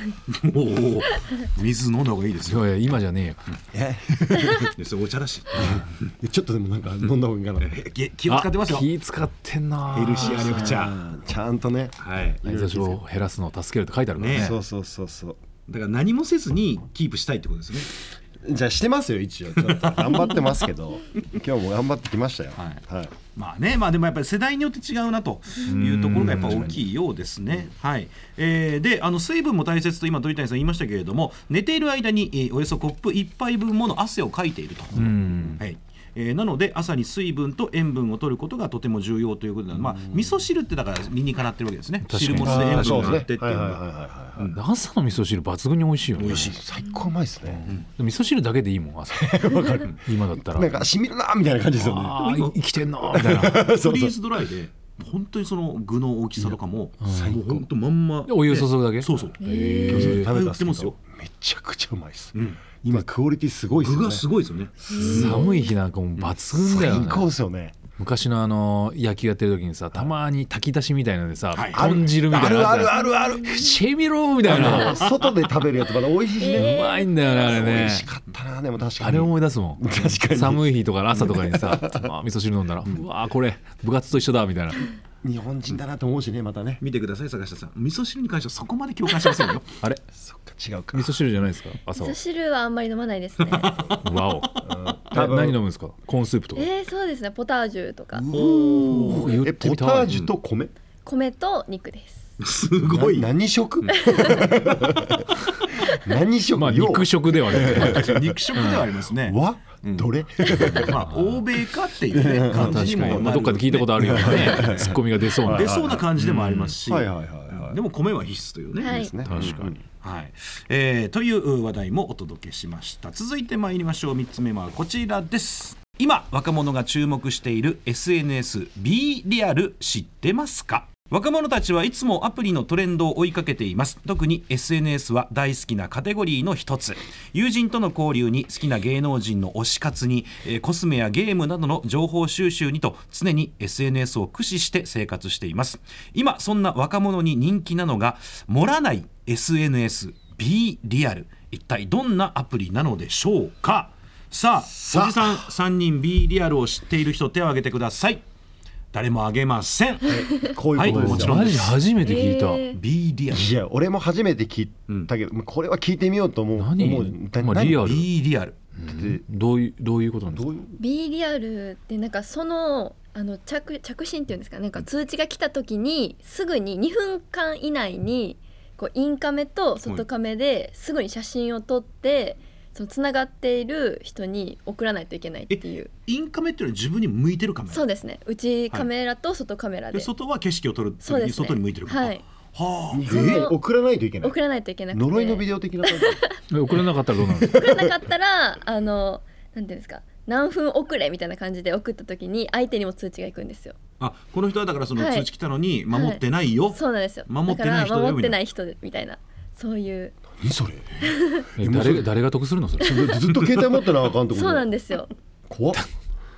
水飲んだ方がいいですよ。 いや今じゃねえよそれお茶だしちょっとでもなんか飲んだ方がいいかな気を使ってますよ。 気使ってんな、 ヘルシア緑茶ちゃんとね、 内臓脂肪を減らすのを助けるって書いてあるからね。 そうだから何もせずにキープしたいってことですね。 じゃあしてますよ、一応ちょっと頑張ってますけど今日も頑張ってきましたよ。 でもやっぱり世代によって違うなというところがやっぱ大きいようですね。で水分も大切と今鳥谷さん言いましたけれども、寝ている間に、およそコップ1杯分もの汗をかいていると。なので朝に水分と塩分を取ることがとても重要ということで、味噌汁ってだから理にかなってるわけですね。汁物で塩分があってっていうのが、 朝の味噌汁抜群に美味しいよね。 美味しい、最高うまいですね。 味噌汁だけでいいもん朝わかる今だったらなんかしみるなみたいな感じですよね。 生きてんなみたいなフリーズドライで本当にその具の大きさとかももう本当まんまお湯注ぐだけ。 そう食べたんですよ。 めちゃくちゃうまいです。今クオリティすごいですよね。 具がすごいですよね。 寒い日なんかも抜群だよね。 最高ですよね。 昔の焼きやってる時にさ、たまに炊き出しみたいなのでさ、豚汁みたいなあるシェミロみたいな外で食べるやつまだ美味しいしね。 うまいんだよねあれね。 美味しかったな。でも確かにあれ思い出すもん。 確かに寒い日とか朝とかにさ味噌汁飲んだらうわこれ部活と一緒だみたいな。 日本人だなと思うしね、またね。 見てください坂下さん、味噌汁に関してはそこまで共感しませんよあれそっか違うか。 味噌汁じゃないですか朝は。 味噌汁はあんまり飲まないですねわお何飲むんですか。コーンスープとか。 そうですね、ポタージュとか。 ポタージュと米と肉です。 すごい何食何食、 肉食ではね肉食ではありますね。 どれ欧米かっていうね感じにもどっかで聞いたことあるよねツッコミが出そうな感じでもありますし、でも米は必須というね。 確かに。 という話題もお届けしました。続いてまいりましょう。3つ目はこちらです。今若者が注目している SNS B リアル知ってますか。若者たちはいつもアプリのトレンドを追いかけています。特に SNS は大好きなカテゴリーの一つ。友人との交流に、好きな芸能人の推し活に、コスメやゲームなどの情報収集にと常に SNS を駆使して生活しています。今そんな若者に人気なのが盛らない SNS B リアル。一体どんなアプリなのでしょうか。さあおじさん3人 B リアルを知っている人手を挙げてください。誰もあげません。 こういうことですよ。 マジ初めて聞いた。 B リアル。 いや俺も初めて聞いたけど、これは聞いてみようと思う。 何リアル。 B リアル。 どういうことなんですか。 B リアルってなんかその着信っていうんですか、なんか通知が来た時にすぐに2分間以内にこうインカメと外カメですぐに写真を撮って。そのつながっている人に送らないといけないっていう。 インカメっていうのは自分に向いてるカメラ。 そうですね、内カメラと外カメラで、 外は景色を撮る時に外に向いてるカメラ。送らないといけない。 送らないといけなくて、 呪いのビデオ的な感じ。送らなかったらどうなるんですか。 送らなかったらなんていうんですか、何分遅れみたいな感じで送った時に相手にも通知が行くんですよ。 この人はだからその通知来たのに守ってないよ。 そうなんですよ。 守ってない人だよ。 守ってない人みたいな、そういう。 何それ誰が得するのそれ。 ずっと携帯持ってなあかんってこと。 そうなんですよ。 怖っ。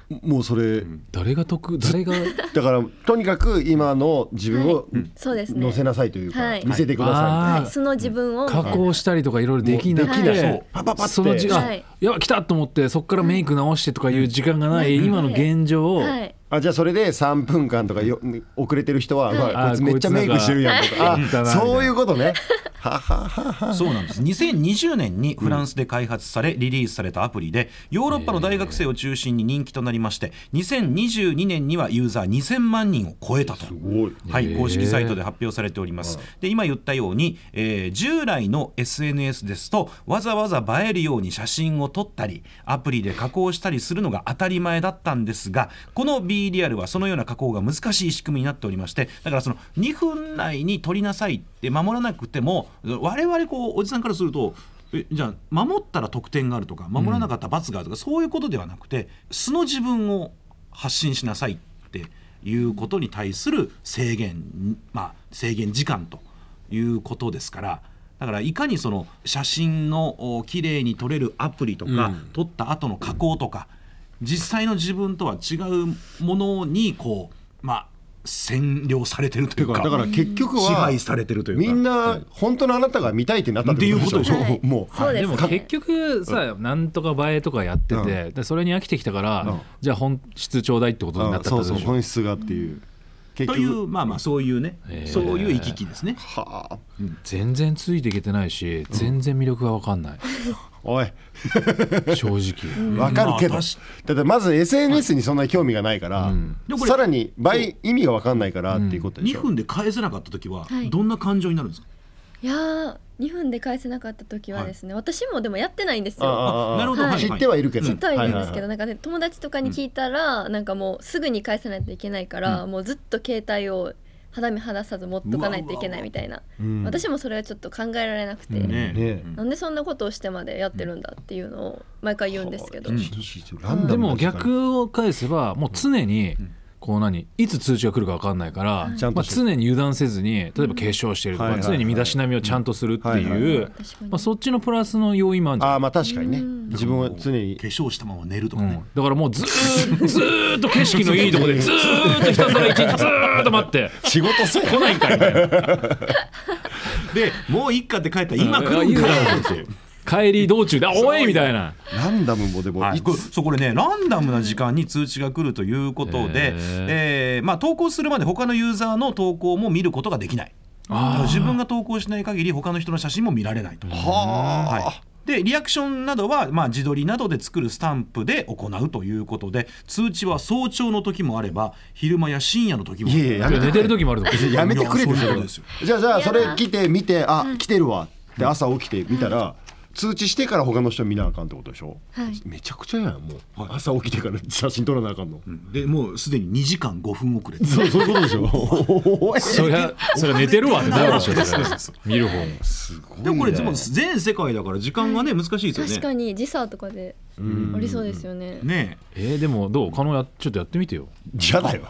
もうそれ、 誰がだからとにかく今の自分を載せなさいというか、見せてください、 素の自分を加工したりとかいろいろできなくて、 パパパってそのやば来たと思ってそこからメイク直してとかいう時間がない今の現状を、 じゃあそれで3分間とか遅れてる人は、こいつめっちゃメイクしてるやんとか、そういうことね。 そうなんです。2020年にフランスで開発されリリースされたアプリでヨーロッパの大学生を中心に人気となりまして、2022年にはユーザー2000万人を超えたと、公式サイトで発表されております。で今言ったように、従来の SNS ですとわざわざ映えるように写真を撮ったりアプリで加工したりするのが当たり前だったんですが、この B リアルはそのような加工が難しい仕組みになっておりまして、だからその2分内に撮りなさいって守らなくても、我々おじさんからするとじゃあ守ったら得点があるとか守らなかったら罰があるとか、そういうことではなくて素の自分を発信しなさいっていうことに対する制限時間ということですから、だからいかにその写真の綺麗に撮れるアプリとか、撮った後の加工とか実際の自分とは違うものに占領されてるというか、 だから結局は支配されてるというか、 みんな本当のあなたが見たいってなったっていうことでしょ。もうでも結局さ、なんとか映えとかやってて、でそれに飽きてきたから、じゃあ本質ちょうだいってことになったってことでしょ。 本質がっていう、 というそういうね、そういう行き来ですね。 全然ついていけてないし、全然魅力が分かんない。 おい正直分かるけど、だってまず SNS にそんなに興味がないから、さらに意味が分かんないからっていうことでしょ。 2分で返せなかった時はどんな感情になるんですか？ いや2分で返せなかった時はですね、私もでもやってないんですよ。 なるほど、 知ってはいるけど、 知ってはいるんですけど、なんかね、友達とかに聞いたら、なんかもうすぐに返さないといけないから、もうずっと携帯を肌身離さず持っとかないといけないみたいな、私もそれはちょっと考えられなくて、なんでそんなことをしてまでやってるんだっていうのを毎回言うんですけど、 でも逆を返せばもう常にいつ通知が来るか分かんないから、常に油断せずに、例えば化粧してるとか、常に身だしなみをちゃんとするっていう、そっちのプラスの要因もあるんじゃない。 確かにね、自分は常に化粧したまま寝るとかね、 だからもうずーっと景色のいいところでずーっとひたすら一日ずーっと待って仕事せ来ないんかいみたいなでもういっかって帰ったら今来るんかいって帰り道中でおいみたいな、 ランダムもでも、 これね、ランダムな時間に通知が来るということで、投稿するまで他のユーザーの投稿も見ることができない。自分が投稿しない限り他の人の写真も見られないと。でリアクションなどは、自撮りなどで作るスタンプで行うということで、通知は早朝の時もあれば昼間や深夜の時もある。 寝てる時もあるとかやめてくれてですよ。じゃあそれ来て見て、来てるわって朝起きて見たら、通知してから他の人見なあかんってことでしょ。めちゃくちゃやん、もう、朝起きてから写真撮らなあかんの、でもうすでに2時間5分遅れそういうことでしょそれは寝てるわってなるでしょ見る方もすごいね。 でもこれ全世界だから時間がね、難しいですよね。 確かに時差とかでありそうですよね。 でもどう、加納ちょっとやってみてよ。 嫌だよ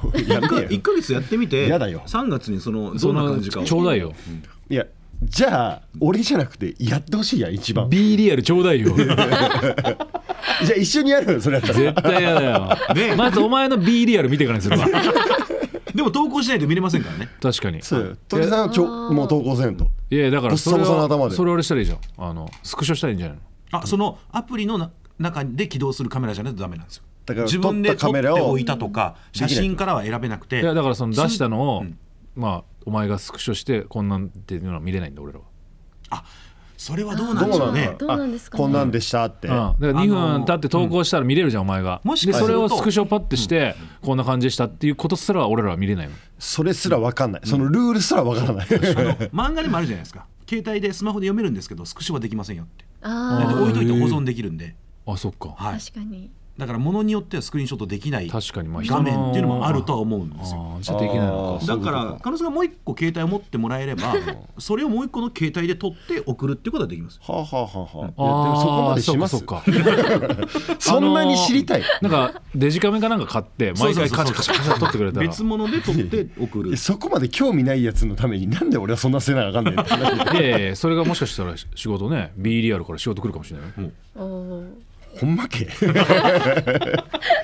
1ヶ月やってみて、 嫌だよ。 3月にどんな感じかちょうだいよ。 いや、じゃあ俺じゃなくてやってほしいやん、一番 B リアルちょうだいよじゃあ一緒にやるよ、それやったら。 絶対やだよまずお前の B リアル見てからにするわでも投稿しないと見れませんからね。 確かに。 鳥さんはもう投稿せんと。 いやだからそれ俺したらいいじゃん。スクショしたらいいんじゃないの。 そのアプリの中で起動するカメラじゃないとダメなんですよ。 だから自分で撮っておいたとか写真からは選べなくて、 いやだからその出したのを、お前がスクショしてこんなんっていうのは見れないんだ俺らは。 それはどうなんでしょうね。 どうなんですかね。 こんなんでしたって。 だから2分経って投稿したら見れるじゃん、お前が。 もしかするとでそれをスクショパッてして、こんな感じでしたっていうことすら俺らは見れないの。 それすら分かんない、そのルールすら分からない漫画でもあるじゃないですか。携帯でスマホで読めるんですけどスクショはできませんよって。置いといて保存できるんで。 そっか。 確かに。 だから物によってはスクリーンショットできない確かに、 画面っていうのもあるとは思うんですよ。 じゃあできないのか。 だから加納さんがもう一個携帯を持ってもらえればそれをもう一個の携帯で撮って送るっていうことができます。 そこまでします。そんなに知りたい。 なんかデジカメかなんか買って毎回カチャカチャカチャ撮ってくれたら別物で撮って送るそこまで興味ないやつのためになんで俺はそんなせなあかんねんってそれがもしかしたら仕事ね B リアルから仕事来るかもしれない。 ほんまけ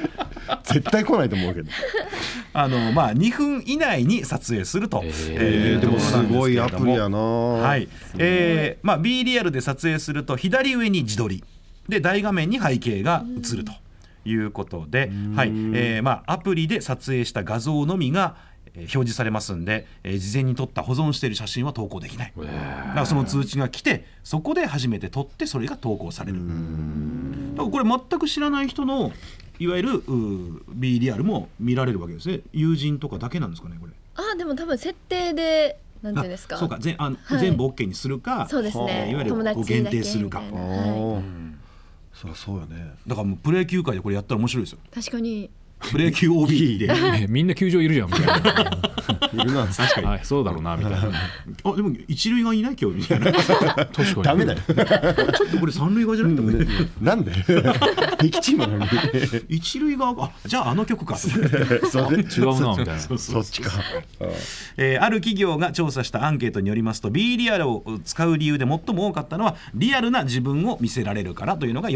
絶対来ないと思うけど 2分以内に撮影すると、 でもすごいアプリやな。 はい、B リアルで撮影すると左上に自撮りで大画面に背景が映るということで、アプリで撮影した画像のみが表示されますんで、事前に撮った保存している写真は投稿できない。だからその通知が来てそこで初めて撮ってそれが投稿される。だからこれ全く知らない人のいわゆるB リアルも見られるわけですね。友人とかだけなんですかねこれ。 でも多分設定でなんていうんですか。 そうか、全部 OK にするか、 そうですね、 いわゆる限定するか。 そうよね。 だからもうプロ野球界でこれやったら面白いですよ。 確かにプロ野球 OB でみんな球場いるじゃんみたいな。 いるな。 確かに、 はい、そうだろうなみたいな。 でも一塁側いない今日みたいな。 確かにダメだよ。 ちょっとこれ三塁側じゃなくてなんで敵チームなのに一塁側じゃあの曲かそうね、 違うなみたいな。 そっちか。 ある企業が調査したアンケートによりますと B リアルを使う理由で最も多かったのはリアルな自分を見せられるからというのが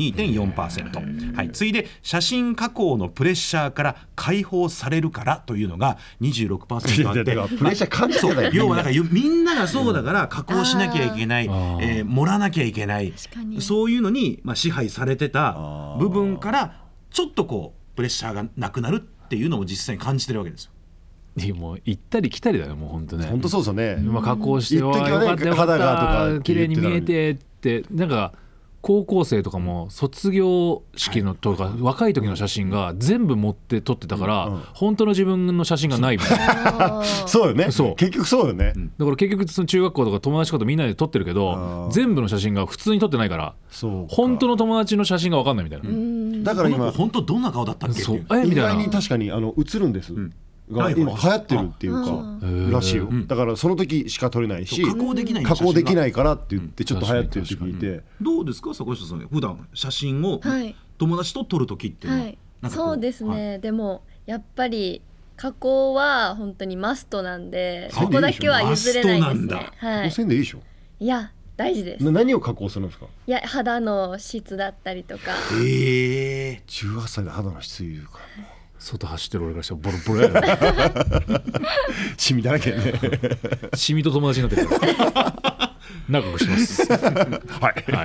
42.4%、はい、次いで写真加工のプレッシャーから解放されるからというのが 26% あって、 プレッシャー感じてたよ。 要はだからみんながそうだから加工しなきゃいけない、盛らなきゃいけない、そういうのに支配されてた部分からちょっとこうプレッシャーがなくなるっていうのも実際に感じてるわけですよ。 もう行ったり来たりだよもう本当ね。 本当そうですよね。 加工して一時はね、 よかったよか肌がとったか綺麗に見えてってなんか高校生とかも卒業式のとか若い時の写真が全部持って撮ってたから本当の自分の写真がないみたいな。 そうよね。 そう結局そうよね。 だから結局その中学校とか友達とかとみんなで撮ってるけど全部の写真が普通に撮ってないから本当の友達の写真が分かんないみたいな。 だから今本当どんな顔だったっけっていう意外に確かに映るんです。が今流行ってるっていうからしいよ。だからその時しか撮れないし加工できないからって言ってちょっと流行ってるって聞いて。 どうですか坂下さん、普段写真を友達と撮る時っていうのは。 そうですね、でもやっぱり加工は本当にマストなんでそこだけは譲れないですね。 はい。せんでいいでしょ。 いや大事です。 何を加工するんですか。 いや肌の質だったりとか。 18歳で肌の質いるから。 外走ってる俺からしたらボロボロやろ。 シミだらけね。 シミと友達になってるから仲良くしてます。はい。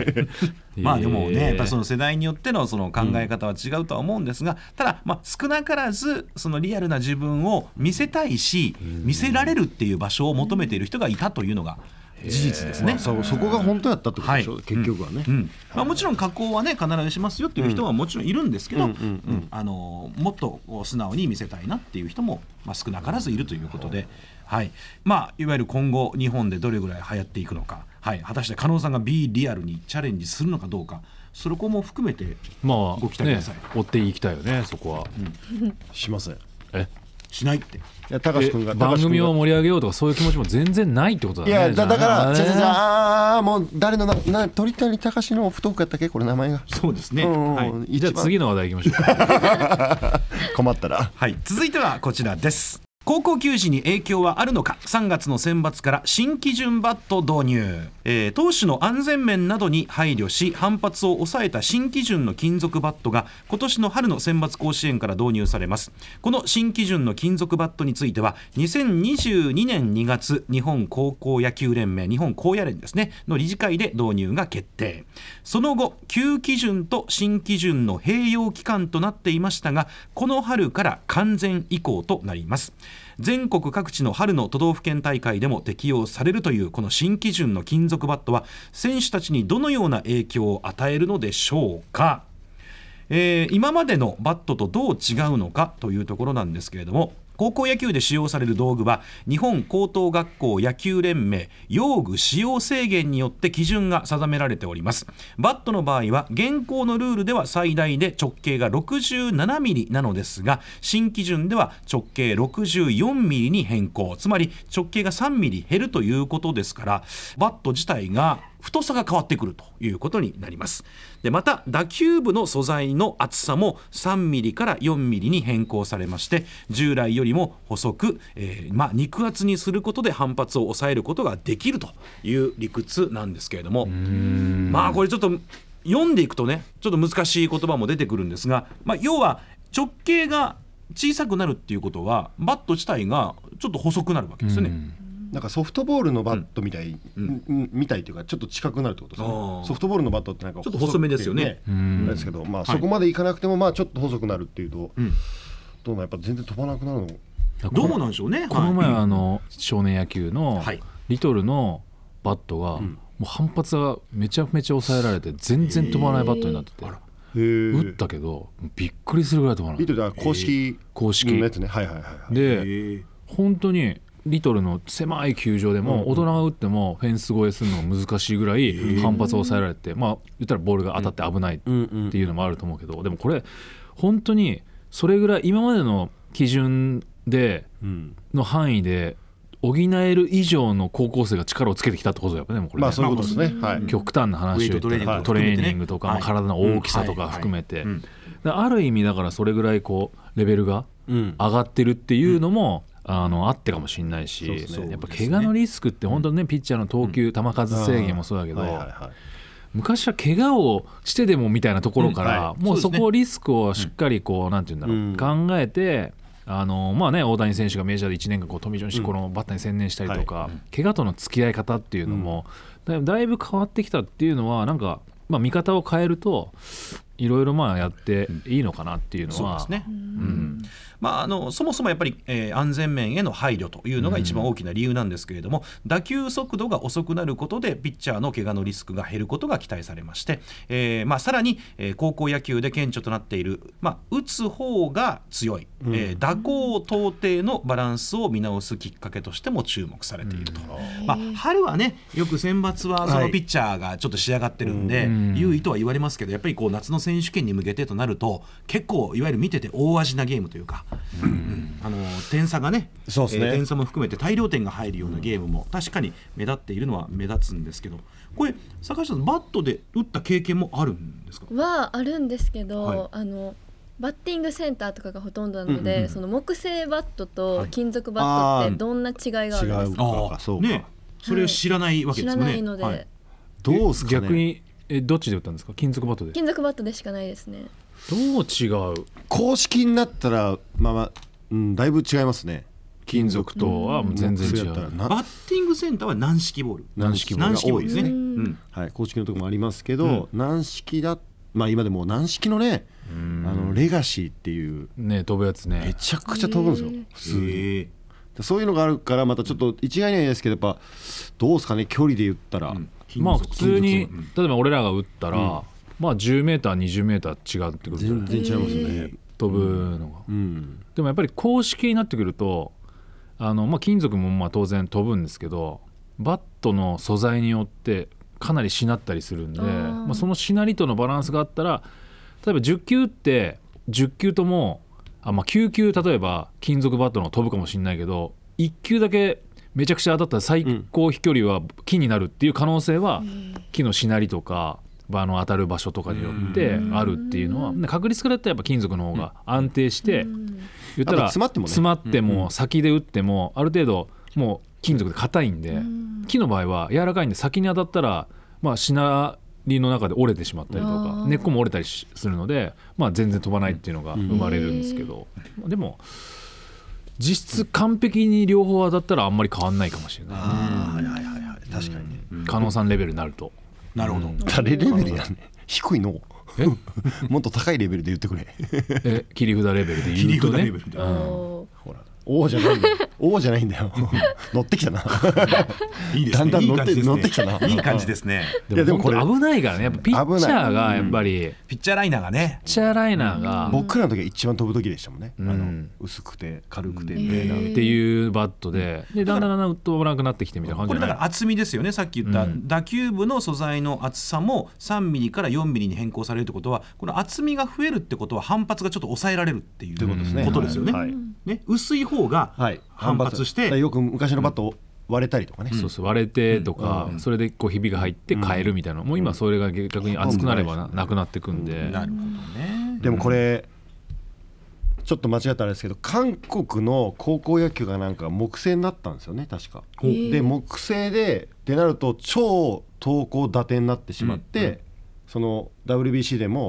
でもねやっぱその世代によってのその考え方は違うとは思うんですが、ただ少なからずそのリアルな自分を見せたいし見せられるっていう場所を求めている人がいたというのが事実ですね。 そこが本当やったってことでしょ、結局はね。 もちろん加工はね必ずしますよっていう人はもちろんいるんですけど、もっと素直に見せたいなっていう人も少なからずいるということで、いわゆる今後日本でどれぐらい流行っていくのか、果たして加納さんが B リアルにチャレンジするのかどうか、それも含めてご期待ください。 追っていきたいよねそこは。 しません。 しないって。 高橋君が番組を盛り上げようとかそういう気持ちも全然ないってことだね。 いやだからじゃあもう誰の鳥谷隆の不登校やったっけこれ名前が。 そうですね。 じゃあ次の話題いきましょうか。 困ったら。 続いてはこちらです。高校球児に影響はあるのか。3月の選抜から新基準バット導入、投手の安全面などに配慮し反発を抑えた新基準の金属バットが今年の春の選抜甲子園から導入されます。この新基準の金属バットについては2022年2月日本高校野球連盟日本高野連ですねの理事会で導入が決定。その後旧基準と新基準の併用期間となっていましたがこの春から完全移行となります。全国各地の春の都道府県大会でも適用されるというこの新基準の金属バットは選手たちにどのような影響を与えるのでしょうか。今までのバットとどう違うのかというところなんですけれども、高校野球で使用される道具は日本高等学校野球連盟用具使用制限によって基準が定められております。バットの場合は現行のルールでは最大で直径が67ミリなのですが新基準では直径64ミリに変更、つまり直径が3ミリ減るということですからバット自体が太さが変わってくるということになります。でまた打球部の素材の厚さも3ミリから4ミリに変更されまして従来よりも細く、肉厚にすることで反発を抑えることができるという理屈なんですけれども、これちょっと読んでいくとねちょっと難しい言葉も出てくるんですが、要は、 直径が小さくなるっていうことはバット自体がちょっと細くなるわけですよね。 なんかソフトボールのバットみたい、みたいというかちょっと近くなるってことですね。ソフトボールのバットってなんかちょっと細めですよね。 ですけど、まあそこまでいかなくてもまあちょっと細くなるっていうと、どうもやっぱ全然飛ばなくなるの。 どうなんでしょうね。 この前少年野球のリトルのバットがもう反発がめちゃめちゃ抑えられて全然飛ばないバットになってて、打ったけどびっくりするぐらい飛ばない。 リトルは公式のやつね。はいはいはい。 で本当にリトルの狭い球場でも大人が打ってもフェンス越えするのが難しいぐらい反発を抑えられて、まあ言ったらボールが当たって危ないっていうのもあると思うけど、でもこれ本当にそれぐらい今までの基準での範囲で補える以上の高校生が力をつけてきたってことだよね。もうこれね、 まあそういうことですね。はい、 極端な話を言ったらトレーニングとか、まあ、体の大きさとか含めて、ある意味だからそれぐらいこうレベルが上がってるっていうのも、あってかもしれないし、やっぱ怪我のリスクって本当にね、ピッチャーの投球球数制限もそうだけど、昔は怪我をしてでもみたいなところから、もうそこをリスクをしっかりこうなんていうんだろう、考えてまあね、大谷選手がメジャーで1年間こうトミー・ジョン氏このバッターに専念したりとか、怪我との付き合い方っていうのもだいぶ変わってきたっていうのはなんか、まあ、見方を変えるといろいろまあやっていいのかなっていうのは。 そうですね。まあ、そもそもやっぱり、安全面への配慮というのが一番大きな理由なんですけれども、打球速度が遅くなることでピッチャーの怪我のリスクが減ることが期待されまして、まあ、さらに、高校野球で顕著となっている、まあ、打つ方が強い、打高投低のバランスを見直すきっかけとしても注目されていると。まあ、春はねよく選抜はそのピッチャーがちょっと仕上がってるんで、優位とは言われますけど、やっぱりこう夏の選手権に向けてとなると結構いわゆる見てて大味なゲームというか、点差がね、点差も含めて大量点が入るようなゲームも確かに目立っているのは目立つんですけど、これ坂下さんバットで打った経験もあるんですか？ はあるんですけど、バッティングセンターとかがほとんどなので、その木製バットと金属バットってどんな違いがあるんですか？ そうか、ね、それを知らないわけですよね。 知らないので、 どうすかね。 逆にどっちで打ったんですか？金属バットで。 金属バットでしかないですね。 どう違う？ 公式になったらだいぶ違いますね。 金属とは全然違う。 バッティングセンターは軟式ボール。 軟式ボールが多いですね。はい、公式のところもありますけど、軟式だ、まあ今でも軟式のね、レガシーっていうね、飛ぶやつね、 めちゃくちゃ飛ぶんですよ。普通に。そういうのがあるからまたちょっと一概にはないですけど、やっぱどうですかね、距離で言ったら、 まあ普通に例えば俺らが打ったら、まあ10メーター20メーター違ってくる。 全然違いますね。 飛ぶのが、でもやっぱり公式になってくるとまあ、金属もまあ当然飛ぶんですけど、バットの素材によってかなりしなったりするんで、まあ、そのしなりとのバランスがあったら、例えば10球って10球ともまあ9球例えば金属バットの飛ぶかもしれないけど、1球だけめちゃくちゃ当たったら最高飛距離は木になるっていう可能性は、木のしなりとか当たる場所とかによってあるっていうのは、確率から言ったらやっぱ金属の方が安定して、言ったら詰まっても先で打ってもある程度もう金属で硬いんで、木の場合は柔らかいんで先に当たったらまあしなりの中で折れてしまったりとか根っこも折れたりするので、まあ全然飛ばないっていうのが生まれるんですけど、でも実質完璧に両方当たったらあんまり変わんないかもしれない。 確かに加納さんレベルになると。 なるほど。 誰レベルやねん。低いのもっと高いレベルで言ってくれ。 切り札レベルで言うとね。 ほら王じゃないんだよ。王じゃないんだよ。乗ってきたな。 いいですね。 だんだん乗ってきたな。 いい感じですね。 でもこれ危ないからね。やっぱピッチャーがやっぱりピッチャーライナーがね。 ピッチャーライナーが僕らの時は一番飛ぶ時でしたもんね。薄くて軽くてっていうバットで、だんだん飛ばなくなってきてみたいな感じ。 これだから厚みですよね。さっき言った打球部の素材の厚さも3ミリから4ミリに変更されるってことは、この厚みが増えるってことは反発がちょっと抑えられるっていうことですよね。薄い方が反発して、 よく昔のバット割れたりとかね、 そう割れてとか、それでこうひびが入って変えるみたいな、もう今それが逆に厚くなればなくなってくんで。 なるほどね。 でもこれちょっと間違ったらですけど、韓国の高校野球がなんか木製になったんですよね確か。で木製でってなると超投高打点になってしまって、その WBC でも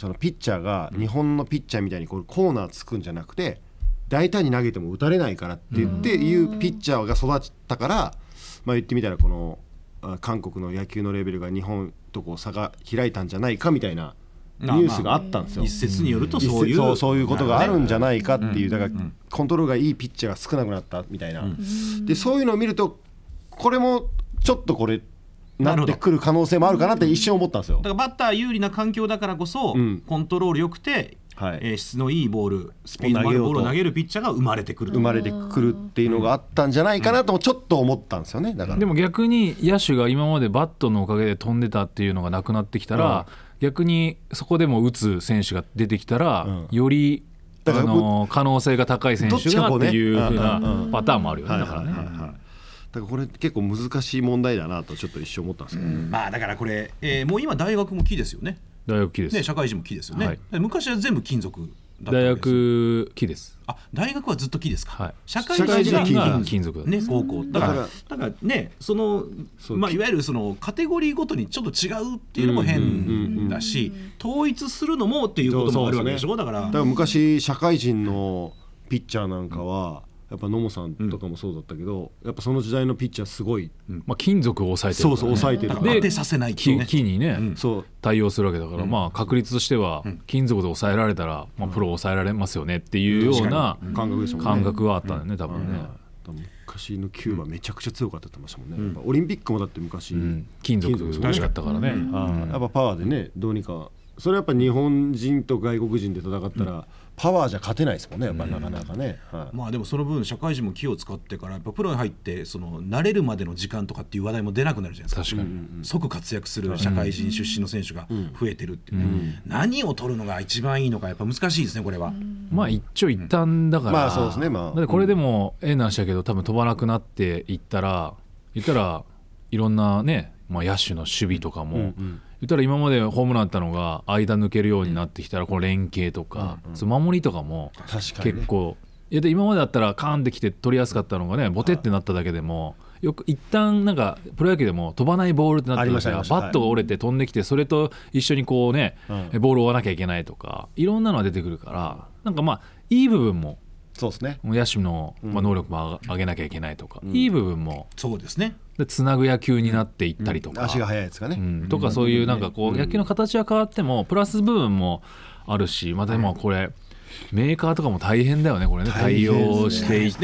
そのピッチャーが日本のピッチャーみたいにこうコーナーつくんじゃなくて大胆に投げても打たれないからって言っていうピッチャーが育ったから、まあ、言ってみたらこの韓国の野球のレベルが日本とこう差が開いたんじゃないかみたいなニュースがあったんですよ。 一説によるとそういうことがあるんじゃないかっていう、だからコントロールがいいピッチャーが少なくなったみたいな、でそういうのを見るとこれもちょっとこれなってくる可能性もあるかなって一瞬思ったんですよ。 だからバッター有利な環境だからこそ、コントロール良くて、質のいいボール、スピードのあるボールを投げるピッチャーが生まれてくるっていうのがあったんじゃないかなともちょっと思ったんですよね。だからでも逆に野手が今までバットのおかげで飛んでたっていうのがなくなってきたら、逆にそこでも打つ選手が出てきたら、より可能性が高い選手がっていう風なパターンもあるよね。だからね、 だからこれ結構難しい問題だなとちょっと一瞬思ったんですよ、 まあだからこれ、もう今大学も木ですよね。 大学木です、 ね、社会人も木ですよね、昔は全部金属だった大学木です。 大学はずっと木ですか、社会人が金属だ、 ね、高校だからね、まあ、いわゆるそのカテゴリーごとにちょっと違うっていうのも変だし、統一するのもっていうこともあるわけでしょ。だから昔社会人のピッチャーなんかは、やっぱ野茂さんとかもそうだったけど、やっぱその時代のピッチャーすごい、 まあ、金属を抑えてるから、ね、 抑えてるから当てさせないとね、 木にね、対応するわけだから、まあ、確率としては金属で抑えられたら、まあ、プロを抑えられますよねっていうような感覚はあったんだよね、多分ね。 昔のキューバめちゃくちゃ強かったって言ってましたもんね、オリンピックもだって昔、 金属欲しかったからね、 やっぱパワーでね、どうにかそれやっぱ日本人と外国人で戦ったら、パワーじゃ勝てないですもんね、やっぱなかなかね、 まあでもその分社会人も気を使ってからやっぱプロに入ってその慣れるまでの時間とかっていう話題も出なくなるじゃないですか。確かに即活躍する社会人出身の選手が増えてるっていうね、何を取るのが一番いいのかやっぱ難しいですね、これは。 まあ一長一短だから、 まあそうですね、まあだってこれでもなんしたけど多分飛ばなくなっていったらいろんなね、まあ、野手の守備とかも、言ったら今までホームランあったのが間抜けるようになってきたら、この連携とか、守りとかも結構、今までだったらカーンってきて取りやすかったのがね、ボテってなっただけでもよく一旦なんかプロ野球でも飛ばないボールってなった時はバットが折れて飛んできて、それと一緒にこうね、ボールを追わなきゃいけないとかいろんなのが出てくるから、なんかまあいい部分もそうですね、 野手の能力も上げなきゃいけないとか、いい部分もそうですね、 でつなぐ野球になっていったりとか、 足が速いやつがね、 とかそういうなんかこう野球の形は変わってもプラス部分もあるし、また今これメーカーとかも大変だよね、これね、対応していって、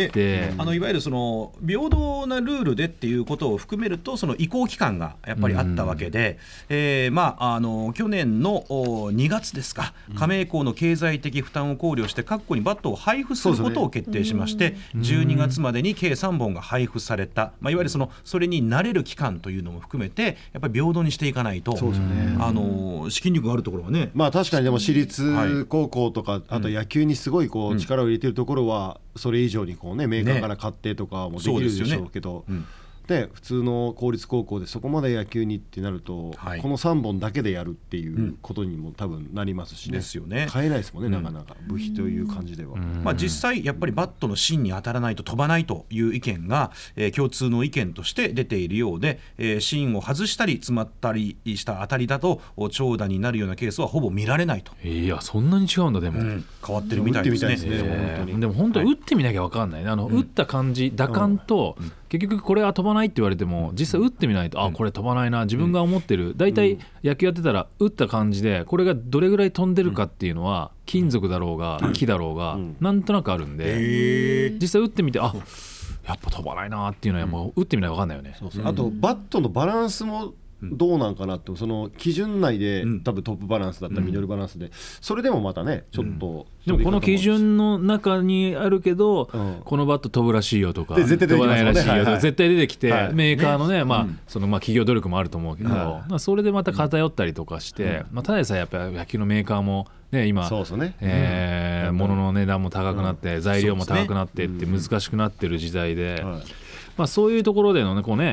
いわゆるその平等なルールでっていうことを含めると、その移行期間がやっぱりあったわけで、まあ去年の2月ですか、加盟校の経済的負担を考慮して各校にバットを配布することを決定しまして、12月までに計3本が配布された、まあ、いわゆるそれに慣れる期間というのも含めてやっぱり平等にしていかないと、資金力があるところはね、 まあ確かにでも私立高校とか、あと野球にすごいこう力を入れてるところはそれ以上にこうね、メーカーから買ってとかもできるでしょうけど、で普通の公立高校でそこまで野球にってなると、この3本だけでやるっていうことにも多分なりますしね、 ですよね、 買えないですもんね、なかなか部費という感じでは、 まあ、実際やっぱりバットの芯に当たらないと飛ばないという意見が、共通の意見として出ているようで、芯を外したり詰まったりした当たりだと長打になるようなケースはほぼ見られないと。 いやそんなに違うんだ。でも、 変わってるみたいですね。 でも本当に打ってみなきゃ分かんないね、打った感じ打感と、結局これは飛ばないって言われても実際打ってみないと、これ飛ばないな、自分が思ってる、大体野球やってたら打った感じでこれがどれぐらい飛んでるかっていうのは、金属だろうが木だろうがなんとなくあるんで、実際打ってみてやっぱ飛ばないなっていうのはもう打ってみないと分かんないよね。 あとバットのバランスもどうなんかなって、その基準内で多分トップバランスだったらミドルバランスで、それでもまたねちょっと、 でもこの基準の中にあるけど、このバット飛ぶらしいよとか飛ばないらしいよとか絶対出てきて、メーカーのね、その企業努力もあると思うけど、それでまた偏ったりとかして、ただでさえやっぱり野球のメーカーもね、今物の値段も高くなって材料も高くなってって難しくなってる時代で、そういうところでのねこうね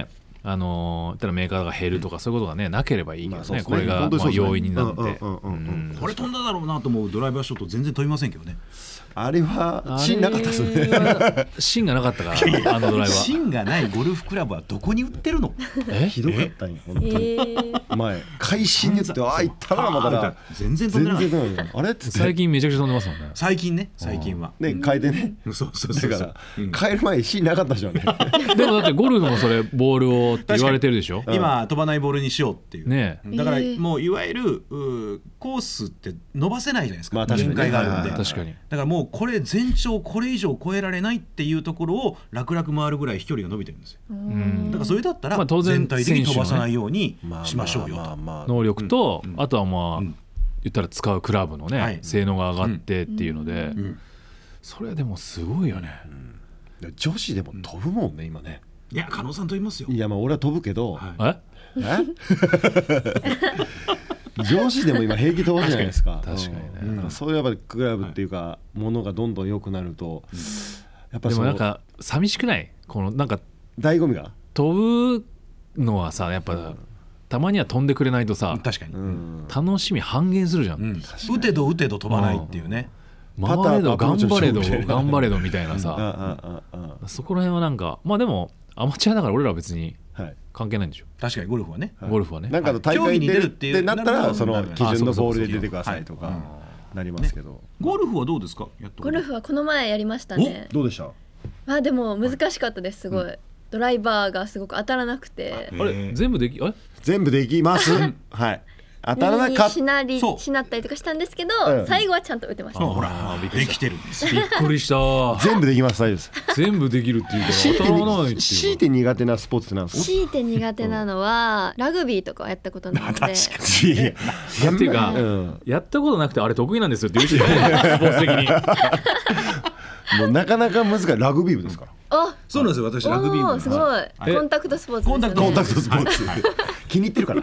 言ったらメーカーが減るとかそういうことがねなければいいけどね、これが要因になって、 これ飛んだだろうなと思うドライバーショット全然飛びませんけどね。 あれは芯なかったですね。 芯がなかったからドライバー芯がないゴルフクラブはどこに売ってるの？ ひどかったんよ本当に。前会心で言ってあいったらまだ全然飛んでない。 あれって最近めちゃくちゃ飛んでますもんね。 最近はね変えてね。 そうだから変える前に芯なかったでしょうね。 でもだってゴルフもそれボールをって言われてるでしょ。 今飛ばないボールにしようっていうね。 だからもういわゆるコースって伸ばせないじゃないですか。限界があるんで。 確かに。 だからもうこれ全長これ以上超えられないっていうところを楽々回るぐらい飛距離が伸びてるんですよ。だからそれだったら全体的に飛ばさないようにしましょうよと。 能力とあとはまあ言ったら使うクラブのね性能が上がってっていうので、それでもすごいよね。 女子でも飛ぶもんね今ね。 いや加納さん飛びますよ。 いやまあ俺は飛ぶけど。 女子でも今平気飛ばすじゃないですか。 確かにね。 そういうやっぱりクラブっていうかものがどんどん良くなると、 やっぱでもなんか寂しくない？このなんか醍醐味が飛ぶのはさやっぱたまには飛んでくれないとさ確かに楽しみ半減するじゃん。 打てど飛ばないっていうね。 回れど頑張れどみたいなさそこら辺はなんかまあでもアマチュアだから俺らは別に関係ないんでしょ。 確かにゴルフはね。 なんかの大会に出るってなったらその基準のボールで出てくださいとかなりますけど。 ゴルフはどうですか？ ゴルフはこの前やりましたね。 どうでした？ あでも難しかったですすごい。ドライバーがすごく当たらなくて。 あれ全部できますはい。当たらなかったしなったりとかしたんですけど、最後はちゃんと打てました。 ほらできてるんです。 びっくりした。 全部できます。大丈夫です。 全部できるっていうから当たらないっていう。 強いて苦手なスポーツってなんですか？ 強いて苦手なのはラグビーとかはやったことないので。 っていうかやったことなくてあれ得意なんですよって言う人いないスポーツ的に。 もうなかなか難しい。ラグビー部ですから。 そうなんですよ。私ラグビー部。 すごいコンタクトスポーツ。 コンタクトスポーツ。気に入ってるから。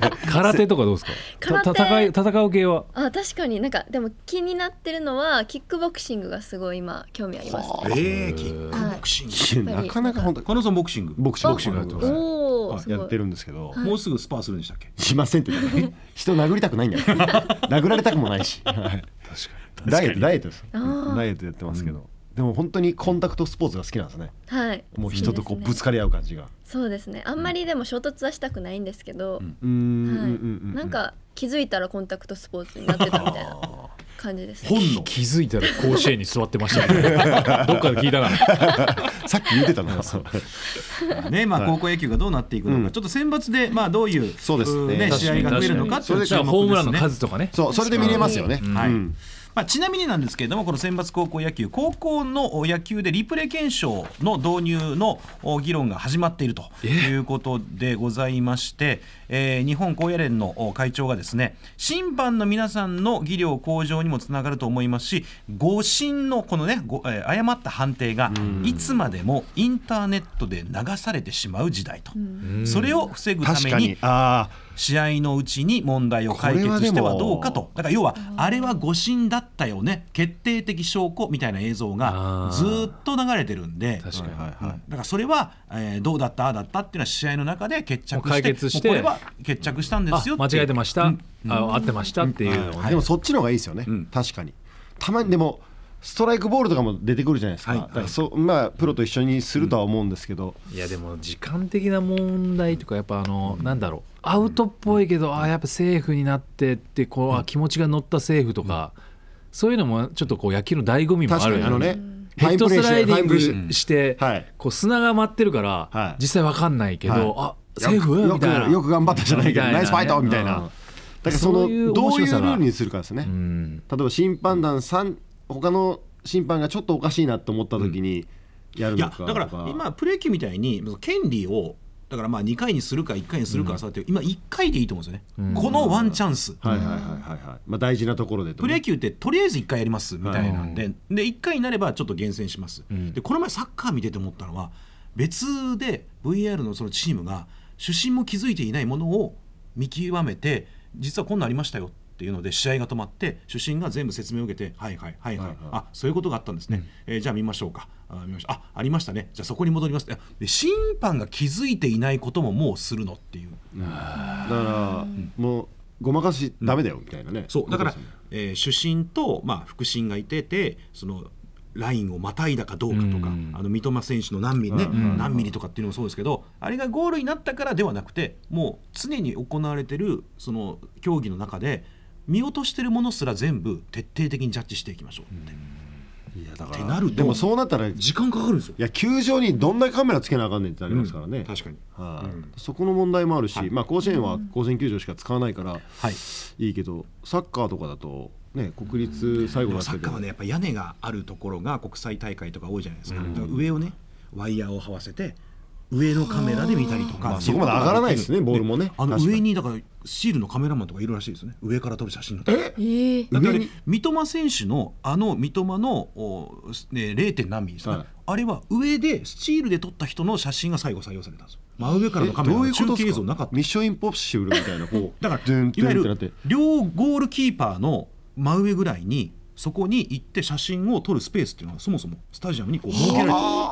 空手とかどうですか？戦う系は。 確かになんかでも気になってるのはキックボクシングがすごい今興味あります。 キックボクシング。 なかなか本当。 加納さんボクシングやってます。やってるんですけど。 もうすぐスパーするんでしたっけ？ しませんって人殴りたくないんだよ。殴られたくもないし。確かに。ダイエットです。ダイエットやってますけど。でも本当にコンタクトスポーツが好きなんですね。 はい。 もう人とこうぶつかり合う感じが。 そうですね。あんまりでも衝突はしたくないんですけど、なんか気づいたらコンタクトスポーツになってたみたいな感じです。 気づいたら甲子園に座ってましたね。どっかで聞いたな。 さっき言ってたな。 ね、まあ高校野球がどうなっていくのか、ちょっと選抜でまあどういうね試合が増えるのかっていう注目ですね。 ホームランの数とかね。 それで見れますよね。 はい。ちなみになんですけれどもこの選抜高校野球高校の野球でリプレイ検証の導入の議論が始まっているということでございまして、日本高野連の会長がですね審判の皆さんの技量向上にもつながると思いますし誤審のこのね誤った判定がいつまでもインターネットで流されてしまう時代とそれを防ぐために試合のうちに問題を解決してはどうかとだから要はあれは誤審だったよね決定的証拠みたいな映像がずっと流れてるんで確かに、 だからそれは、どうだったああだったっていうのは試合の中で決着してこれは決着したんですよって間違えてました、合ってましたっていうのを、 でもそっちの方がいいですよね、確かにたまにでもストライクボールとかも出てくるじゃないですか、だからまあプロと一緒にするとは思うんですけど、 いやでも時間的な問題とかやっぱなんだろうアウトっぽいけどやっぱセーフになってってこう、気持ちが乗ったセーフとか、そういうのもちょっとこう野球の醍醐味もあるよね。ヘッドスライディングしてこう砂が舞ってるから実際わかんないけど、セーフみたいなよく頑張ったじゃないけどナイスファイトみたいな、だからそのどういうルールにするかですね。例えば審判団他の審判がちょっとおかしいなと思った時にやるのか、 いやだから今プロ野球みたいに権利をだからまあ2回にするか1回にするかさって今1回でいいと思うんですよね、このワンチャンス、 大事なところでプロ野球ってとりあえず1回やりますみたいなんで、で1回になればちょっと厳選します、でこの前サッカー見てて思ったのは別で VR のそのチームが主審も気づいていないものを見極めて実はこんなんありましたよっっていうので試合が止まって主審が全部説明を受けてはいはいはいはい、あそういうことがあったんですね、じゃあ見ましょうか、見ましょう、ありましたね、じゃあそこに戻ります。で審判が気づいていないことももうするのっていう、 だからもうごまかしダメだよみたいなね、 そうだから、主審と、副審がいてそのラインをまたいだかどうかとか、三笘選手の何ミリね、何ミリとかっていうのもそうですけど、あれがゴールになったからではなくて、もう常に行われてるその競技の中で見落としてるものすら全部徹底的にジャッジしていきましょうって、 いやだからってなるとでもそうなったら時間かかるんですよ。 いや球場にどんなカメラつけなあかんねんってなりますからね、 確かに、 そこの問題もあるし、 はい甲子園は甲子園球場しか使わないからはいいいけど、サッカーとかだとね、国立最後だったけどサッカーはねやっぱ屋根があるところが国際大会とか多いじゃないですか、だから上をねワイヤーを這わせて上のカメラで見たりとか、 そこまで上がらないですね、ボールもね。 上にだからシールのカメラマンとかいるらしいですね、上から撮る写真の時。だから三笘選手の三笘の、0. 何ミリですか、あれは上でスチールで撮った人の写真が最後採用されたんですよ。真上からのカメラの中継映像なかった。 ミッションインポッシブルみたいなこうだからいわゆる両ゴールキーパーの真上ぐらいにそこに行って写真を撮るスペースっていうのはそもそもスタジアムにこう設けられてる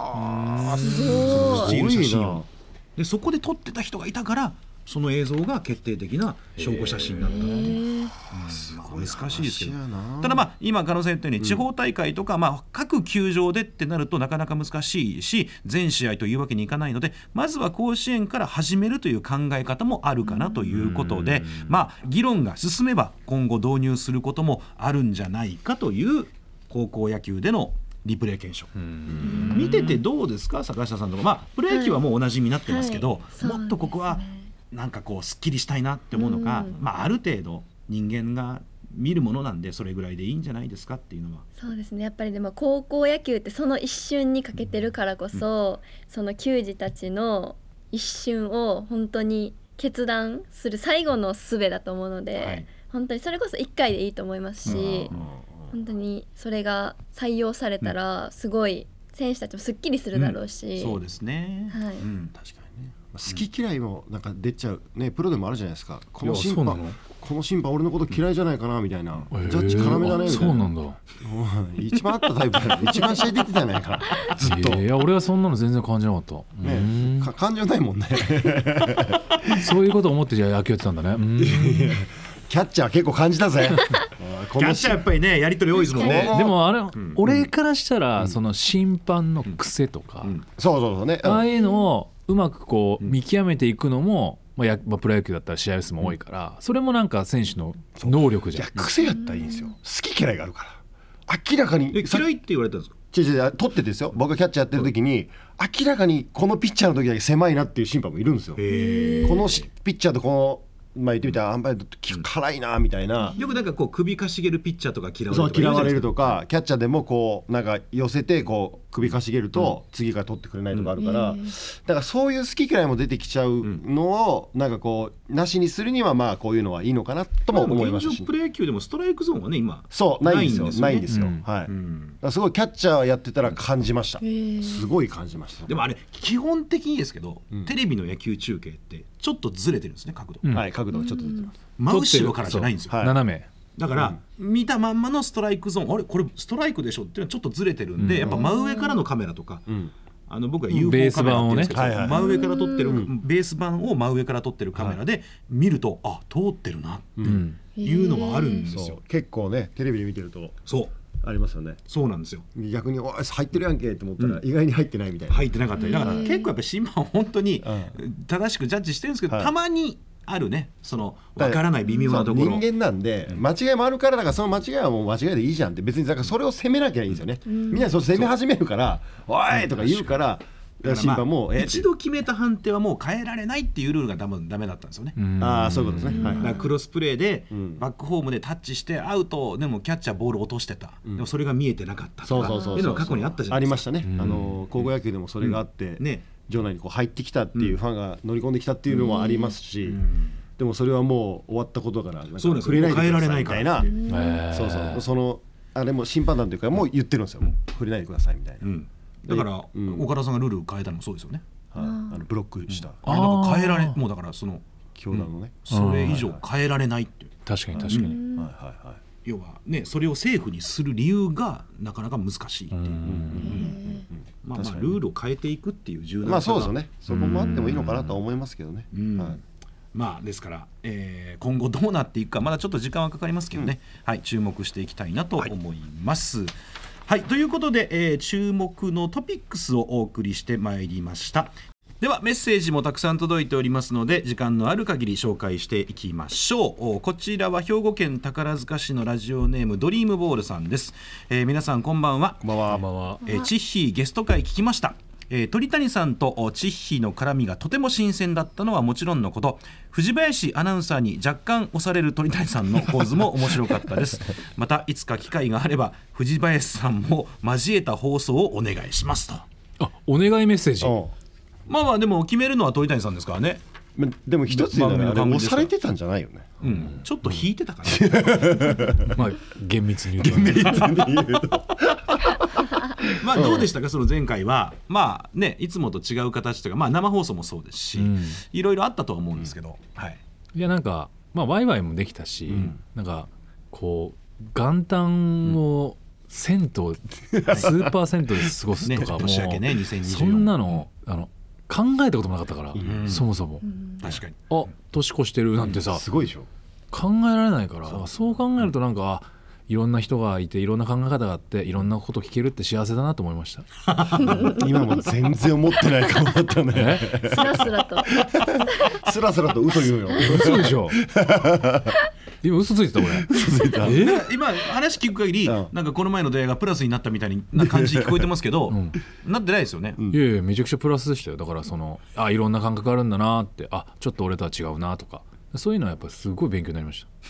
スチール写真をで、そこで撮ってた人がいたからその映像が決定的な証拠写真になったっていう、難しいですけど、ただ今加納さん言ったように、地方大会とか、各球場でってなるとなかなか難しいし全試合というわけにいかないので、まずは甲子園から始めるという考え方もあるかなということで、議論が進めば今後導入することもあるんじゃないかという高校野球でのリプレイ検証。見ててどうですか坂下さんとか、プロ野球はもうおなじみになってますけど、もっとここはなんかこうすっきりしたいなって思うのか、ある程度人間が見るものなんでそれぐらいでいいんじゃないですかっていうのは。 そうですね、やっぱりでも高校野球ってその一瞬にかけてるからこそ、その球児たちの一瞬を本当に決断する最後の術だと思うので、本当にそれこそ1回でいいと思いますし、本当にそれが採用されたらすごい選手たちもすっきりするだろうし、 そうですね、 確かにね、好き嫌いもなんか出ちゃうね、プロでもあるじゃないですか。この審判俺のこと嫌いじゃないかなみたいな、ジャッジ絡めだねみたいな。 そうなんだ。 一番あったタイプだよ。一番試合出てたじゃないかなずっと。 いや俺はそんなの全然感じなかった。 感情ないもんね。 そういうこと思ってじゃあ野球やってたんだね。 キャッチャー結構感じたぜ。 キャッチャーやっぱりねやり取り多いですもんね。 でもあれ、俺からしたらその審判の癖とか、 そうね、 ああいうのをうまくこう見極めていくのも、プロ野球だったら試合数も多いから、それもなんか選手の能力じゃん。 いや癖やったらいいんですよ。好き嫌いがあるから明らかに。 嫌いって言われたんですか。 取っててですよ。僕がキャッチャーやってる時に、明らかにこのピッチャーの時だけ狭いなっていう審判もいるんですよ。このピッチャーとこの言ってみたらアンパイア辛いなみたいな、 よくなんかこう首かしげるピッチャーとか嫌われるとか、キャッチャーでもこうなんか寄せてこう首かしげると次から取ってくれないとかあるから、だからそういう好き嫌いも出てきちゃうのをなんかこうなしにするにはこういうのはいいのかなとも思いましたし、 プロ野球でもストライクゾーンはね今そうないんですよ、ないんですよ。はい。だからすごいキャッチャーやってたら感じました。すごい感じました。 でもあれ基本的にですけど、テレビの野球中継ってちょっとずれてるんですね、角度。 はい、角度がちょっとずれてます。 真後ろからじゃないんですよ。 斜め。 だから、見たまんまのストライクゾーン、あれこれストライクでしょっていうのはちょっとずれてるんで、やっぱ真上からのカメラとか、僕は UFO カメラって言うんですけど、真上から撮ってるベース板を真上から撮ってるカメラで見ると、通ってるなっていうのがあるんですよ。 結構ねテレビで見てるとありますよね。 そうなんですよ。 逆に入ってるやんけと思ったら意外に入ってないみたいな。 入ってなかったり、だから結構やっぱ審判本当に正しくジャッジしてるんですけど、たまにあるね、その分からない微妙なところ。 人間なんで間違いもあるから、だからその間違いはもう間違いでいいじゃんって、別にだからそれを責めなきゃいいんですよね。みんなそう責め始めるからおいとか言うから、審判も一度決めた判定はもう変えられないっていうルールがダメだったんですよね。 そういうことですね。 だからクロスプレーでバックホームでタッチしてアウトでもキャッチャーボール落としてた、でもそれが見えてなかったとかいうのが過去にあったじゃないですか。 ありましたね。高校野球でもそれがあって場内にこう入ってきたっていうファンが乗り込んできたっていうのもありますし、でもそれはもう終わったことから触れないでくださいみたいな、そのあれも審判団というかもう言ってるんですよ。もう触れないでくださいみたいな。 だから岡田さんがルール変えたのもそうですよね。 ブロックした。 なんか変えられもうだからその教団のね、 それ以上変えられないっていう。 確かに確かに、 はいはいはい、 要はね、それを政府にする理由がなかなか難しいっていう、まあまあルールを変えていくっていう重要な、 まあそうですよね、そこもあってもいいのかなとは思いますけどね、はい、 まあですから、今後どうなっていくかまだちょっと時間はかかりますけどね、はい、注目していきたいなと思います。はい、ということで、注目のトピックスをお送りしてまいりました。ではメッセージもたくさん届いておりますので、時間のある限り紹介していきましょう。こちらは兵庫県宝塚市のラジオネームドリームボールさんです。皆さんこんばんは。 こんばんは。 チッヒーゲスト会聞きました。鳥谷さんとチッヒーの絡みがとても新鮮だったのはもちろんのこと、藤林アナウンサーに若干押される鳥谷さんの構図も面白かったですまたいつか機会があれば藤林さんも交えた放送をお願いしますと。 あ、お願いメッセージ。 まあまあでも決めるのは鳥谷さんですからね。 でも一つ言うのは押されてたんじゃないよね、 ちょっと引いてたからまあ厳密に言うとまあどうでしたか、その前回はまあね、いつもと違う形というか、まあ生放送もそうですし、いろいろあったとは思うんですけど、はい、 いやなんかまあワイワイもできたし、なんかこう元旦を銭湯スーパー銭湯で過ごすとかも、 年明けね2024、 そんなの考えたこともなかったから、そもそも、 確かに年越してるなんてさ、 すごいでしょ、 考えられないから、そう考えるとなんかいろんな人がいていろんな考え方があっていろんなこと聞けるって幸せだなと思いました今も全然思ってない顔だったねスラスラとスラスラと嘘言うよ嘘でしょ今嘘ついてた俺嘘ついた今話聞く限り、なんかこの前の出会いがプラスになったみたいな感じに聞こえてますけど、なってないですよね。 いやいやめちゃくちゃプラスでしたよ。だからそのいろんな感覚あるんだなって、ちょっと俺とは違うなとか、そういうのはやっぱすごい勉強になりま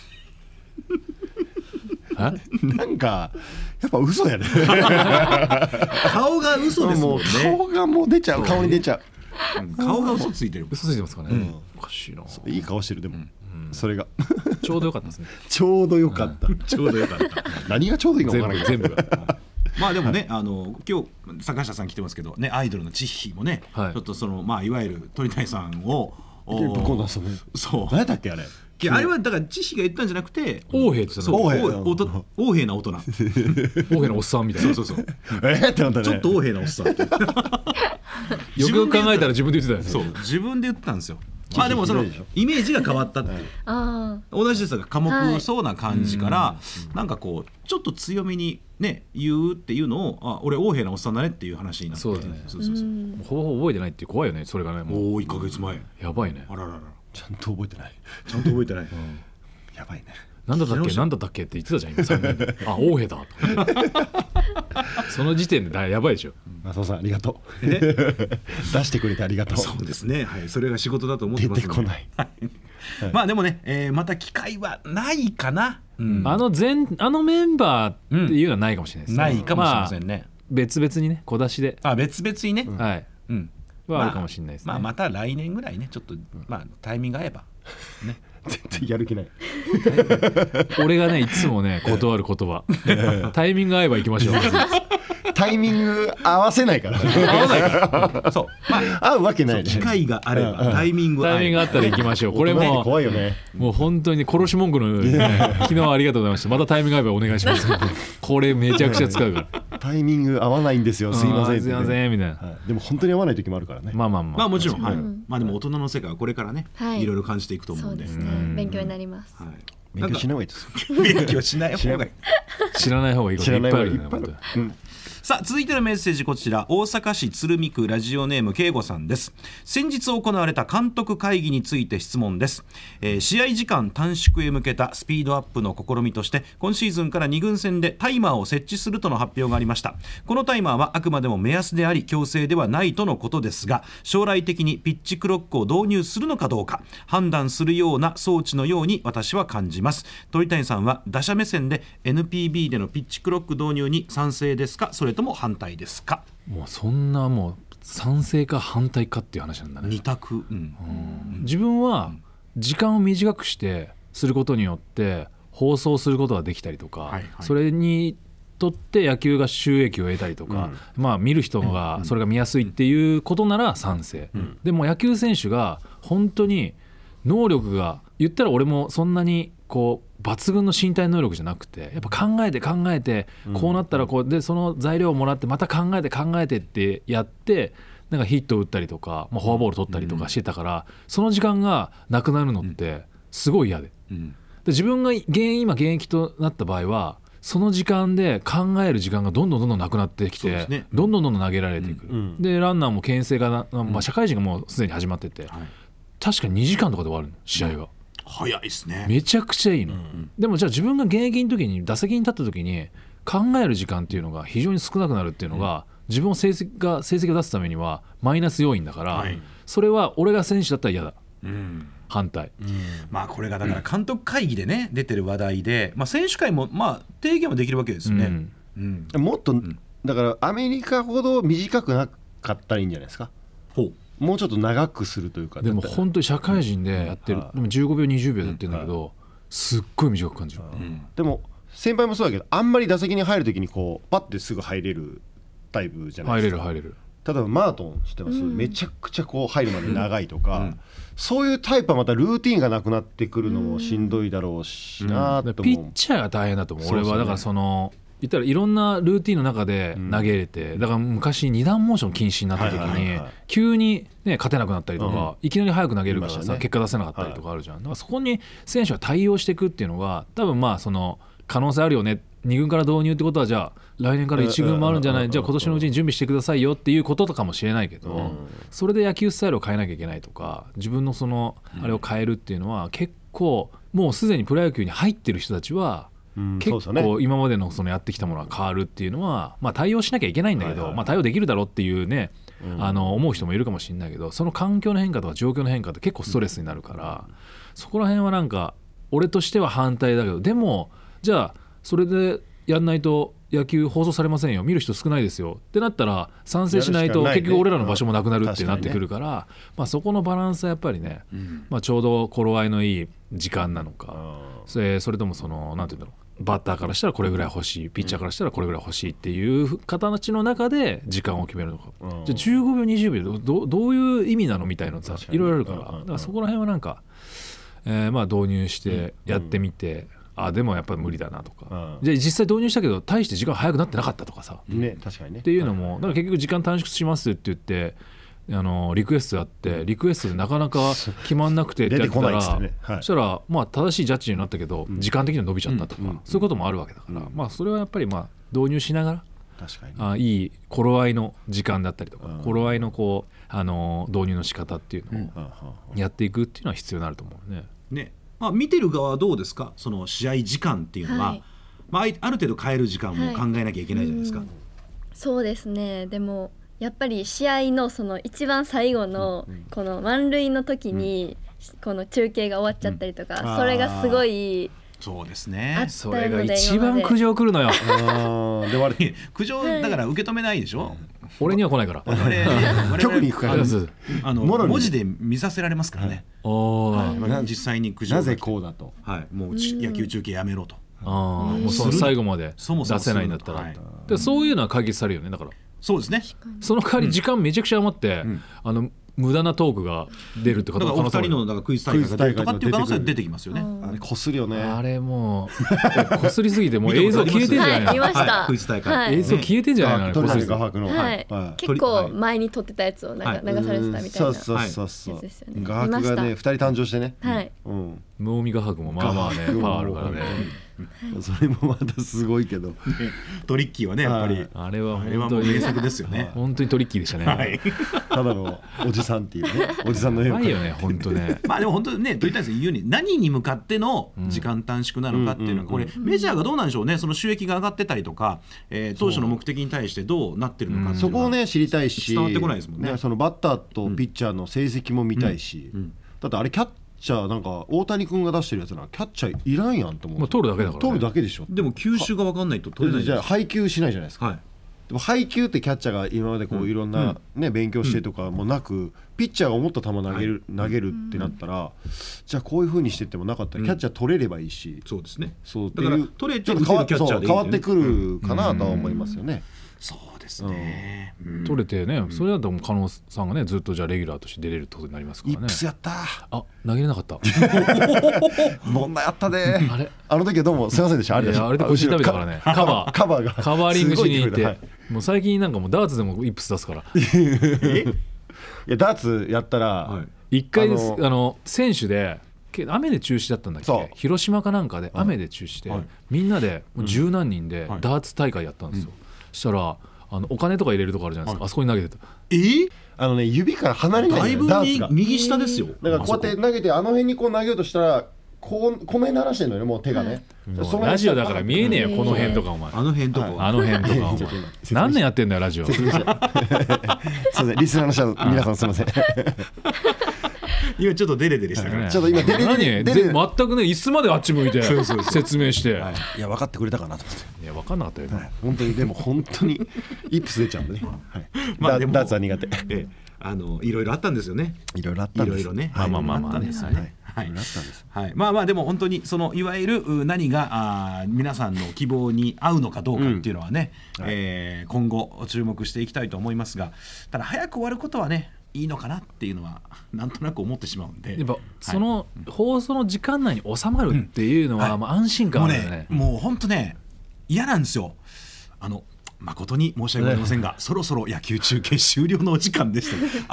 したなんかやっぱ嘘やね顔が嘘ですもんね。 顔がもう出ちゃう、顔に出ちゃう、 顔が嘘ついてる。 嘘ついてますかね、おかしいな。 いい顔してる。でもそれがちょうどよかったですねちょうどよかった、 ちょうどよかった何がちょうどいいのか分からない全部がまあでもね、今日坂下さん来てますけどね、アイドルのチッヒーもね、ちょっとそのまあいわゆる鳥谷さんをぶっ込んだんですよね。 そう何やったっけあれ。 あれはだからチッヒーが言ったんじゃなくて、 横兵って言ってたの。横兵な大人。 横兵のおっさんみたいな。 そうってなったね。 ちょっと横兵なおっさん。よくよく考えたら自分で言ってたよね。 そう、自分で言ってたんですよ。まあでもそのイメージが変わったっていう。同じですが寡黙そうな感じからなんかこうちょっと強めにね言うっていうのを、俺横兵なおっさんだねっていう話になって。 そうだね。ほぼほぼ覚えてないっていう怖いよね、それがね。 もう1ヶ月前。 やばいね。 あららら。 ちゃんと覚えてない。 ちゃんと覚えてない。 やばいね。 なんだったっけって言ってたじゃん今3年で。横兵だその時点でやばいでしょ。 松尾さんありがとう出してくれてありがとう。 そうですね、はい、それが仕事だと思ってますので。 出てこないまあでもね、また機会はないかな、 あのメンバーっていうのはないかもしれないですね。 ないかもしれませんね、 別々にね、小出しで別々にね、 はいはあるかもしれないですね。 また来年ぐらいね、ちょっとタイミング合えばね全然やる気ない俺がねいつもね断る言葉タイミング合えば行きましょうタイミング合わせないから合わないからそう、 合うわけないね。 機会があればタイミングあったら行きましょう。これも怖いよね。 もう本当に殺し文句の昨日はありがとうございました。またタイミング合えばお願いしますこれめちゃくちゃ使うからタイミング合わないんですよ、すいませんすいませんみたいな。 でも本当に合わない時もあるからね。 まあもちろん、まあでも大人の世界はこれからねいろいろ感じていくと思うんで、 勉強になります。 勉強しない方がいいです。 勉強しない方がいい。 知らない方がいいこといっぱいあるね。 さあ続いてのメッセージ、こちら大阪市鶴見区ラジオネームけいごさんです。先日行われた監督会議について質問です。試合時間短縮へ向けたスピードアップの試みとして今シーズンから2軍戦でタイマーを設置するとの発表がありました。このタイマーはあくまでも目安であり強制ではないとのことですが、将来的にピッチクロックを導入するのかどうか判断するような装置のように私は感じます。鳥谷さんは打者目線で NPB でのピッチクロック導入に賛成ですか、それとも反対ですか。 もうそんなもう賛成か反対かっていう話なんだね。 二択、 自分は時間を短くしてすることによって放送することができたりとか、それにとって野球が収益を得たりとか、見る人がそれが見やすいっていうことなら賛成、でも野球選手が本当に能力が言ったら俺もそんなにこう抜群の身体能力じゃなくて、やっぱ考えてこうなったらこうで、その材料をもらってまた考えてってやってなんかヒットを打ったりとか、フォアボール取ったりとかしてたから、その時間がなくなるのってすごい嫌で、で自分が今現役となった場合はその時間で考える時間がどんどんなくなってきて、どんどん投げられていく、でランナーも牽制が社会人がもうすでに始まってて、確か2時間とかで終わるの試合が。 早いですね。 めちゃくちゃいいの、でもじゃあ自分が現役の時に打席に立った時に考える時間っていうのが非常に少なくなるっていうのが、自分の成績を出すためにはマイナス要因だから、それは俺が選手だったら嫌だ、反対、 これがだから監督会議でね出てる話題で、選手会も提言はできるわけですよね、 もっとだからアメリカほど短くなかったらいいんじゃないですか。もうちょっと長くするというか。 でも本当に社会人でやってる、でも15秒20秒でやってるんだけど、すっごい短く感じる、 でも先輩もそうだけど、あんまり打席に入るときにこうパッてすぐ入れるタイプじゃないですか。 入れる。 例えばマートン知ってます、めちゃくちゃこう入るまで長いとか、そういうタイプはまたルーティンがなくなってくるのもしんどいだろうしなと思う。 ピッチャーが大変だと思う。俺はだから言ったらいろんなルーティンの中で投げれて、だから昔2段モーション禁止になった時に急にね勝てなくなったりとか、いきなり早く投げるからさ、結果出せなかったりとかあるじゃん。だからそこに選手は対応していくっていうのが多分その可能性あるよね。2軍から導入ってことはじゃあ来年から1軍もあるんじゃない、じゃあ今年のうちに準備してくださいよっていうことかもしれないけど、それで野球スタイルを変えなきゃいけないとか、自分のそのあれを変えるっていうのは結構もうすでにプロ野球に入ってる人たちは結構今までのそのやってきたものが変わるっていうのは、対応しなきゃいけないんだけど、対応できるだろうっていうね、思う人もいるかもしれないけど、その環境の変化とか状況の変化って結構ストレスになるから、そこら辺はなんか俺としては反対だけど、でもじゃあそれでやんないと野球放送されませんよ、見る人少ないですよってなったら賛成しないと結局俺らの場所もなくなるってなってくるから、そこのバランスはやっぱりね、ちょうど頃合いのいい時間なのか、それともそのなんていうんだろう、バッターからしたらこれぐらい欲しい、ピッチャーからしたらこれぐらい欲しいっていう形の中で時間を決めるのか、じゃあ15秒20秒どういう意味なのみたいなのさ、いろいろあるから、だからそこら辺はなんか、導入してやってみて、でもやっぱり無理だなとか、じゃあ実際導入したけど大して時間早くなってなかったとかさ、 確かにねっていうのも、だから結局時間短縮しますって言ってリクエストやって、リクエストでなかなか決まんなくてってやったら、そしたら正しいジャッジになったけど時間的には伸びちゃったとか、そういうこともあるわけだから、それはやっぱり導入しながら、 確かにいい頃合いの時間だったりとか、頃合いのこう導入の仕方っていうのをやっていくっていうのは必要になると思うね。 見てる側はどうですか、その試合時間っていうのは、ある程度変える時間も考えなきゃいけないじゃないですか。 そうですね。でもやっぱり試合のその一番最後のこの満塁の時にこの中継が終わっちゃったりとか、それがすごいそうですね、 それが一番苦情来るのよ。 でもあれ苦情だから受け止めないでしょ、 俺には来ないから局に行くから文字で見させられますからね。実際に苦情なぜこうだと、 もう野球中継やめろと、 もうその最後まで出せないんだったら、でそういうのは解決されるよね。だからそうですね、 その代わり時間めちゃくちゃ余って、無駄なトークが出るってこと、 だからお二人のだからクイズ大会が出るとかっていう可能性出てきますよね。 あれこするよね。 あれもうこすりすぎてもう映像消えてんじゃないの。 見ました。 クイズ大会映像消えてんじゃないの。 鳥谷画伯の結構前に撮ってたやつをなんか流されてたみたいな。 そう画伯がね2人誕生してね。 能見画伯もまあまあねパワーあるからね。 それもまたすごいけど、 トリッキーはねやっぱりあれは本当に名作ですよね。 本当にトリッキーでしたね。 ただのおじさんっていうね、おじさんの絵ないよね本当ね。 でも本当にね、鳥谷さん言うように何に向かっての時間短縮なのかっていうのはこれメジャーがどうなんでしょうね。その収益が上がってたりとか、当初の目的に対してどうなってるのかっていうのはそこをね知りたいし、 伝わってこないですもんね。 そのバッターとピッチャーの成績も見たいし、だってあれキャッチャーなんか大谷君が出してるやつな、キャッチャーいらんやんと思う。 取るだけだからね。 取るだけでしょ。 でも球種が分かんないと取れない。 じゃあ配球しないじゃないですか。でも配球ってキャッチャーが今までこういろんなね勉強してとかもなくピッチャーが思った球投げるってなったら、じゃあこういう風にしてってもなかったらキャッチャー取れればいいし、 そうですね。 そうだから取れて打てるキャッチャーでいいんだよね。 変わってくるかなとは思いますよね。 そうですね、 取れてね、それだと加納さんがねずっとじゃあレギュラーとして出れるってことになりますからね。 イップスやった。 あ、投げれなかった。 問題あったで。あの時はどうもすいませんでした。 あれで腰痛めたからね。カバーリングしに行って、もう最近なんかもうダーツでもイップス出すから。 いやダーツやったら一回選手で雨で中止だったんだっけ、広島かなんかで雨で中止で、みんなで十何人でダーツ大会やったんですよ。そしたらお金とか入れるとこあるじゃないですか、あそこに投げてた。指から離れないダーツが右下ですよ。 だからこうやって投げて、あの辺にこう投げようとしたらこの辺鳴らしてるのよね、もう手がね。 ラジオだから見えねえよ、この辺とかお前。 あの辺とかお前何年やってんだよラジオ。 すいません、リスナーの人皆さんすいません。 今ちょっとデレデレしたから、 ちょっと今デレ全くね椅子まであっち向いて説明して、 いや分かってくれたかなと思って。 いや分かんなかったよね。 本当にでも本当にイップス出ちゃうんでね。まあダーツは苦手。 いろいろあったんですよね。 いろいろあったんです。 いろいろね。 まあね。 まあでも本当にそのいわゆる何が皆さんの希望に合うのかどうかっていうのはね、今後注目していきたいと思いますが、ただ早く終わることはねいいのかなっていうのはなんとなく思ってしまうんで、 やっぱその放送の時間内に収まるっていうのは安心感あるよね。 もう本当ね嫌なんですよ。誠に申し訳ありませんが、そろそろ野球中継終了のお時間でした。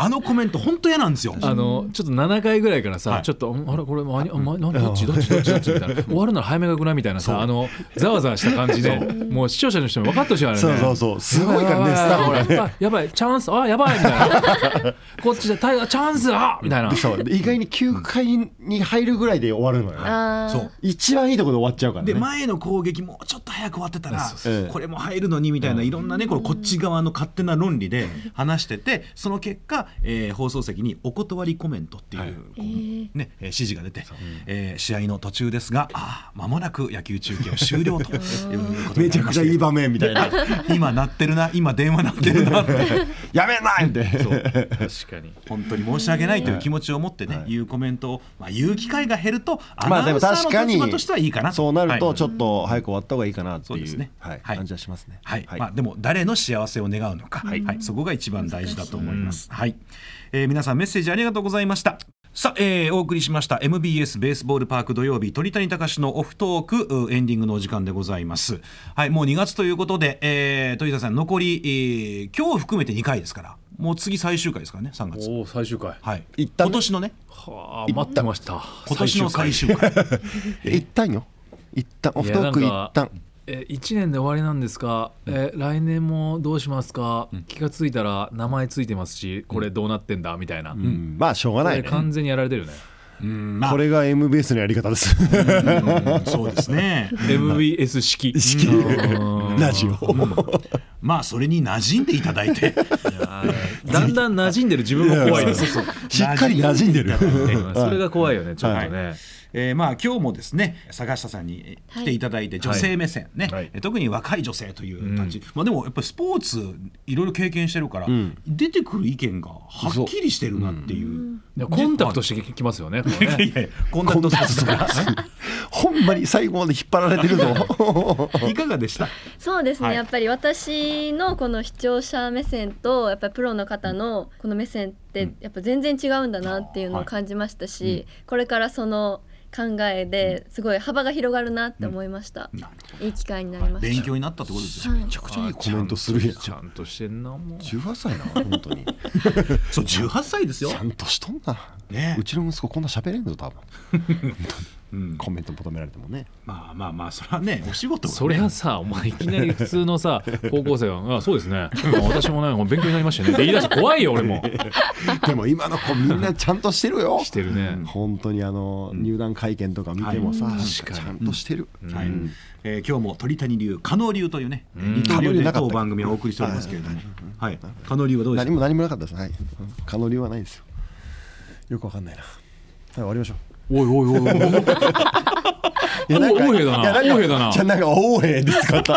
コメント本当嫌なんですよ。 ちょっと7回ぐらいからさ、ちょっとあれこれどっちみたいな、終わるなら早めがよくないみたいなさ、ざわざわした感じでもう視聴者の人も分かってほしいからね。 そうすごいからね、スタッフがね、 やばいチャンス、やばいみたいな、こっちでタイガーチャンスみたいな。 意外に9回に入るぐらいで終わるのよね。そう一番いいところで終わっちゃうからね。 で前の攻撃もうちょっと早く終わってたらこれも入るのにみたいな、いろんなねこっち側の勝手な論理で話してて、その結果、放送席にお断りコメントっていう、指示が出て、試合の途中ですが間もなく野球中継を終了ということで、 めちゃくちゃいい場面みたいな。 今鳴ってるな、今電話鳴ってるなってやめないって。 確かに本当に申し訳ないという気持ちを持ってね、言うコメントを言う機会が減るとアナウンサーの立場としてはいいかな。 そうなるとちょっと早く終わった方がいいかなっていう感じはしますね。 でも誰の幸せを願うのか、そこが一番大事だと思います。皆さんメッセージありがとうございました。さあ、お送りしました MBS ベースボールパーク土曜日鳥谷敬のオフトークエンディングのお時間でございます。もう2月ということで、鳥谷さん残り、今日含めて2回ですから、もう次最終回ですからね、3月。 お最終回、 今年のね、 待ってました。 今年の最終回一旦オフトーク一旦 1年で終わりなんですか、来年もどうしますか、気がついたら名前ついてますし、これどうなってんだみたいな、 まあしょうがないね。 完全にやられてるね。 これが MBS のやり方です。 そうですね。 MBS 式ラジオ、 まあそれに馴染んでいただいて、 だんだん馴染んでる自分が怖い。 しっかり馴染んでる。 それが怖いよね、ちょっとね。 今日もですね、坂下さんに来ていただいて、女性目線ね、特に若い女性という感じ、でもやっぱりスポーツいろいろ経験してるから、出てくる意見がはっきりしてるなっていう、 コンタクトしてきますよね。 コンタクトしてほんまに最後まで引っ張られてるぞ。 いかがでした？ そうですね、やっぱり私のこの視聴者目線とやっぱりプロの方のこの目線ってやっぱ全然違うんだなっていうのを感じましたし、これからその考えですごい幅が広がるなって思いました。いい機会になりました。 勉強になったってことですよ。 めちゃくちゃいいコメントするやん。 ちゃんとしてんな。もう 18歳な、本当に。 そう18歳ですよ。 ちゃんとしとんな。うちの息子こんな喋れんぞ多分。コメント求められてもね。 まあそれはね、お仕事それはさ、お前いきなり普通のさ高校生がそうですね、私もね勉強になりましたねって言い出して怖いよ俺も。 でも今の子みんなちゃんとしてるよ。 してるね。 本当に入団会見とか見てもさ、ちゃんとしてる。 今日も鳥谷流加納流というね、二刀流で当番組をお送りしておりますけれども、加納流はどうですか？ 何もなかったです。加納流はないですよ。よくわかんないな。終わりましょう。 おい王兵だな。 じゃあなんか王兵で使った。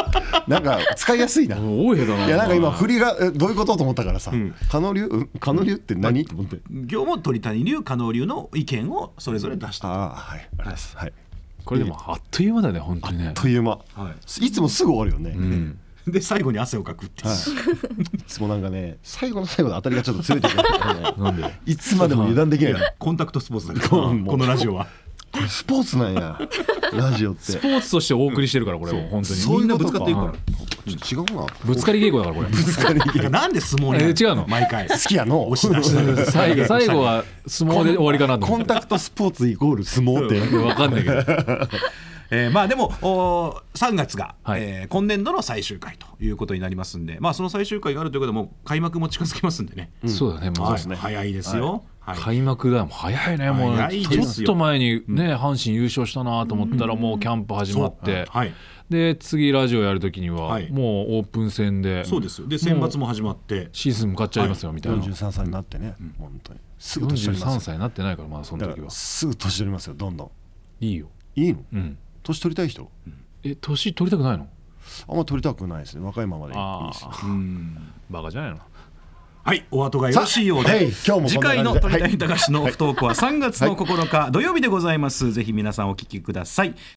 なんか使いやすいな。 多いだな。 いやなんか今振りがどういうことと思ったからさ、加納流って何と思って。 今日も鳥谷流加納流の意見をそれぞれ出した。 はい、ありがとうございます。はい。 これでもあっという間だね本当にね。 あっという間。いつもすぐ終わるよね。 で最後に汗をかくって、 いつもなんかね最後の最後の当たりがちょっと強い時なんでいつまでも油断できない。 コンタクトスポーツだからこのラジオはこれスポーツなんやラジオってスポーツとしてお送りしてるからこれも本当にそういうのぶつかっていくから違うな。 ぶつかり稽古だからこれ。ぶつかり稽古なんで相撲に違うの毎回好きやの押し出して最後は相撲で終わりかなと思って。 コンタクトスポーツイコール相撲って分かんないけどまあでも3月が、今年度の最終回ということになりますんで、まあその最終回があるということでも開幕も近づきますんでね。 そうだねもう早いですよ。 開幕がもう早いね。もうちょっと前にね阪神優勝したなと思ったらもうキャンプ始まって、で次ラジオやるときにはもうオープン戦で、 そうですよ。で選抜も始まってシーズン向かっちゃいますよみたいな。 43歳になってね、本当にすぐ年取ります。43歳になってないからまだその時はすぐ年取りますよ。どんどんいいよ。 いいの？年取りたい人？ 年取りたくないの？ あんま取りたくないですね。若いままでいいですよ。 バカじゃないの。 はい、お後がよろしいようで、次回の鳥谷敬のオフトークは3月の9日土曜日でございます。ぜひ皆さんお聞きください。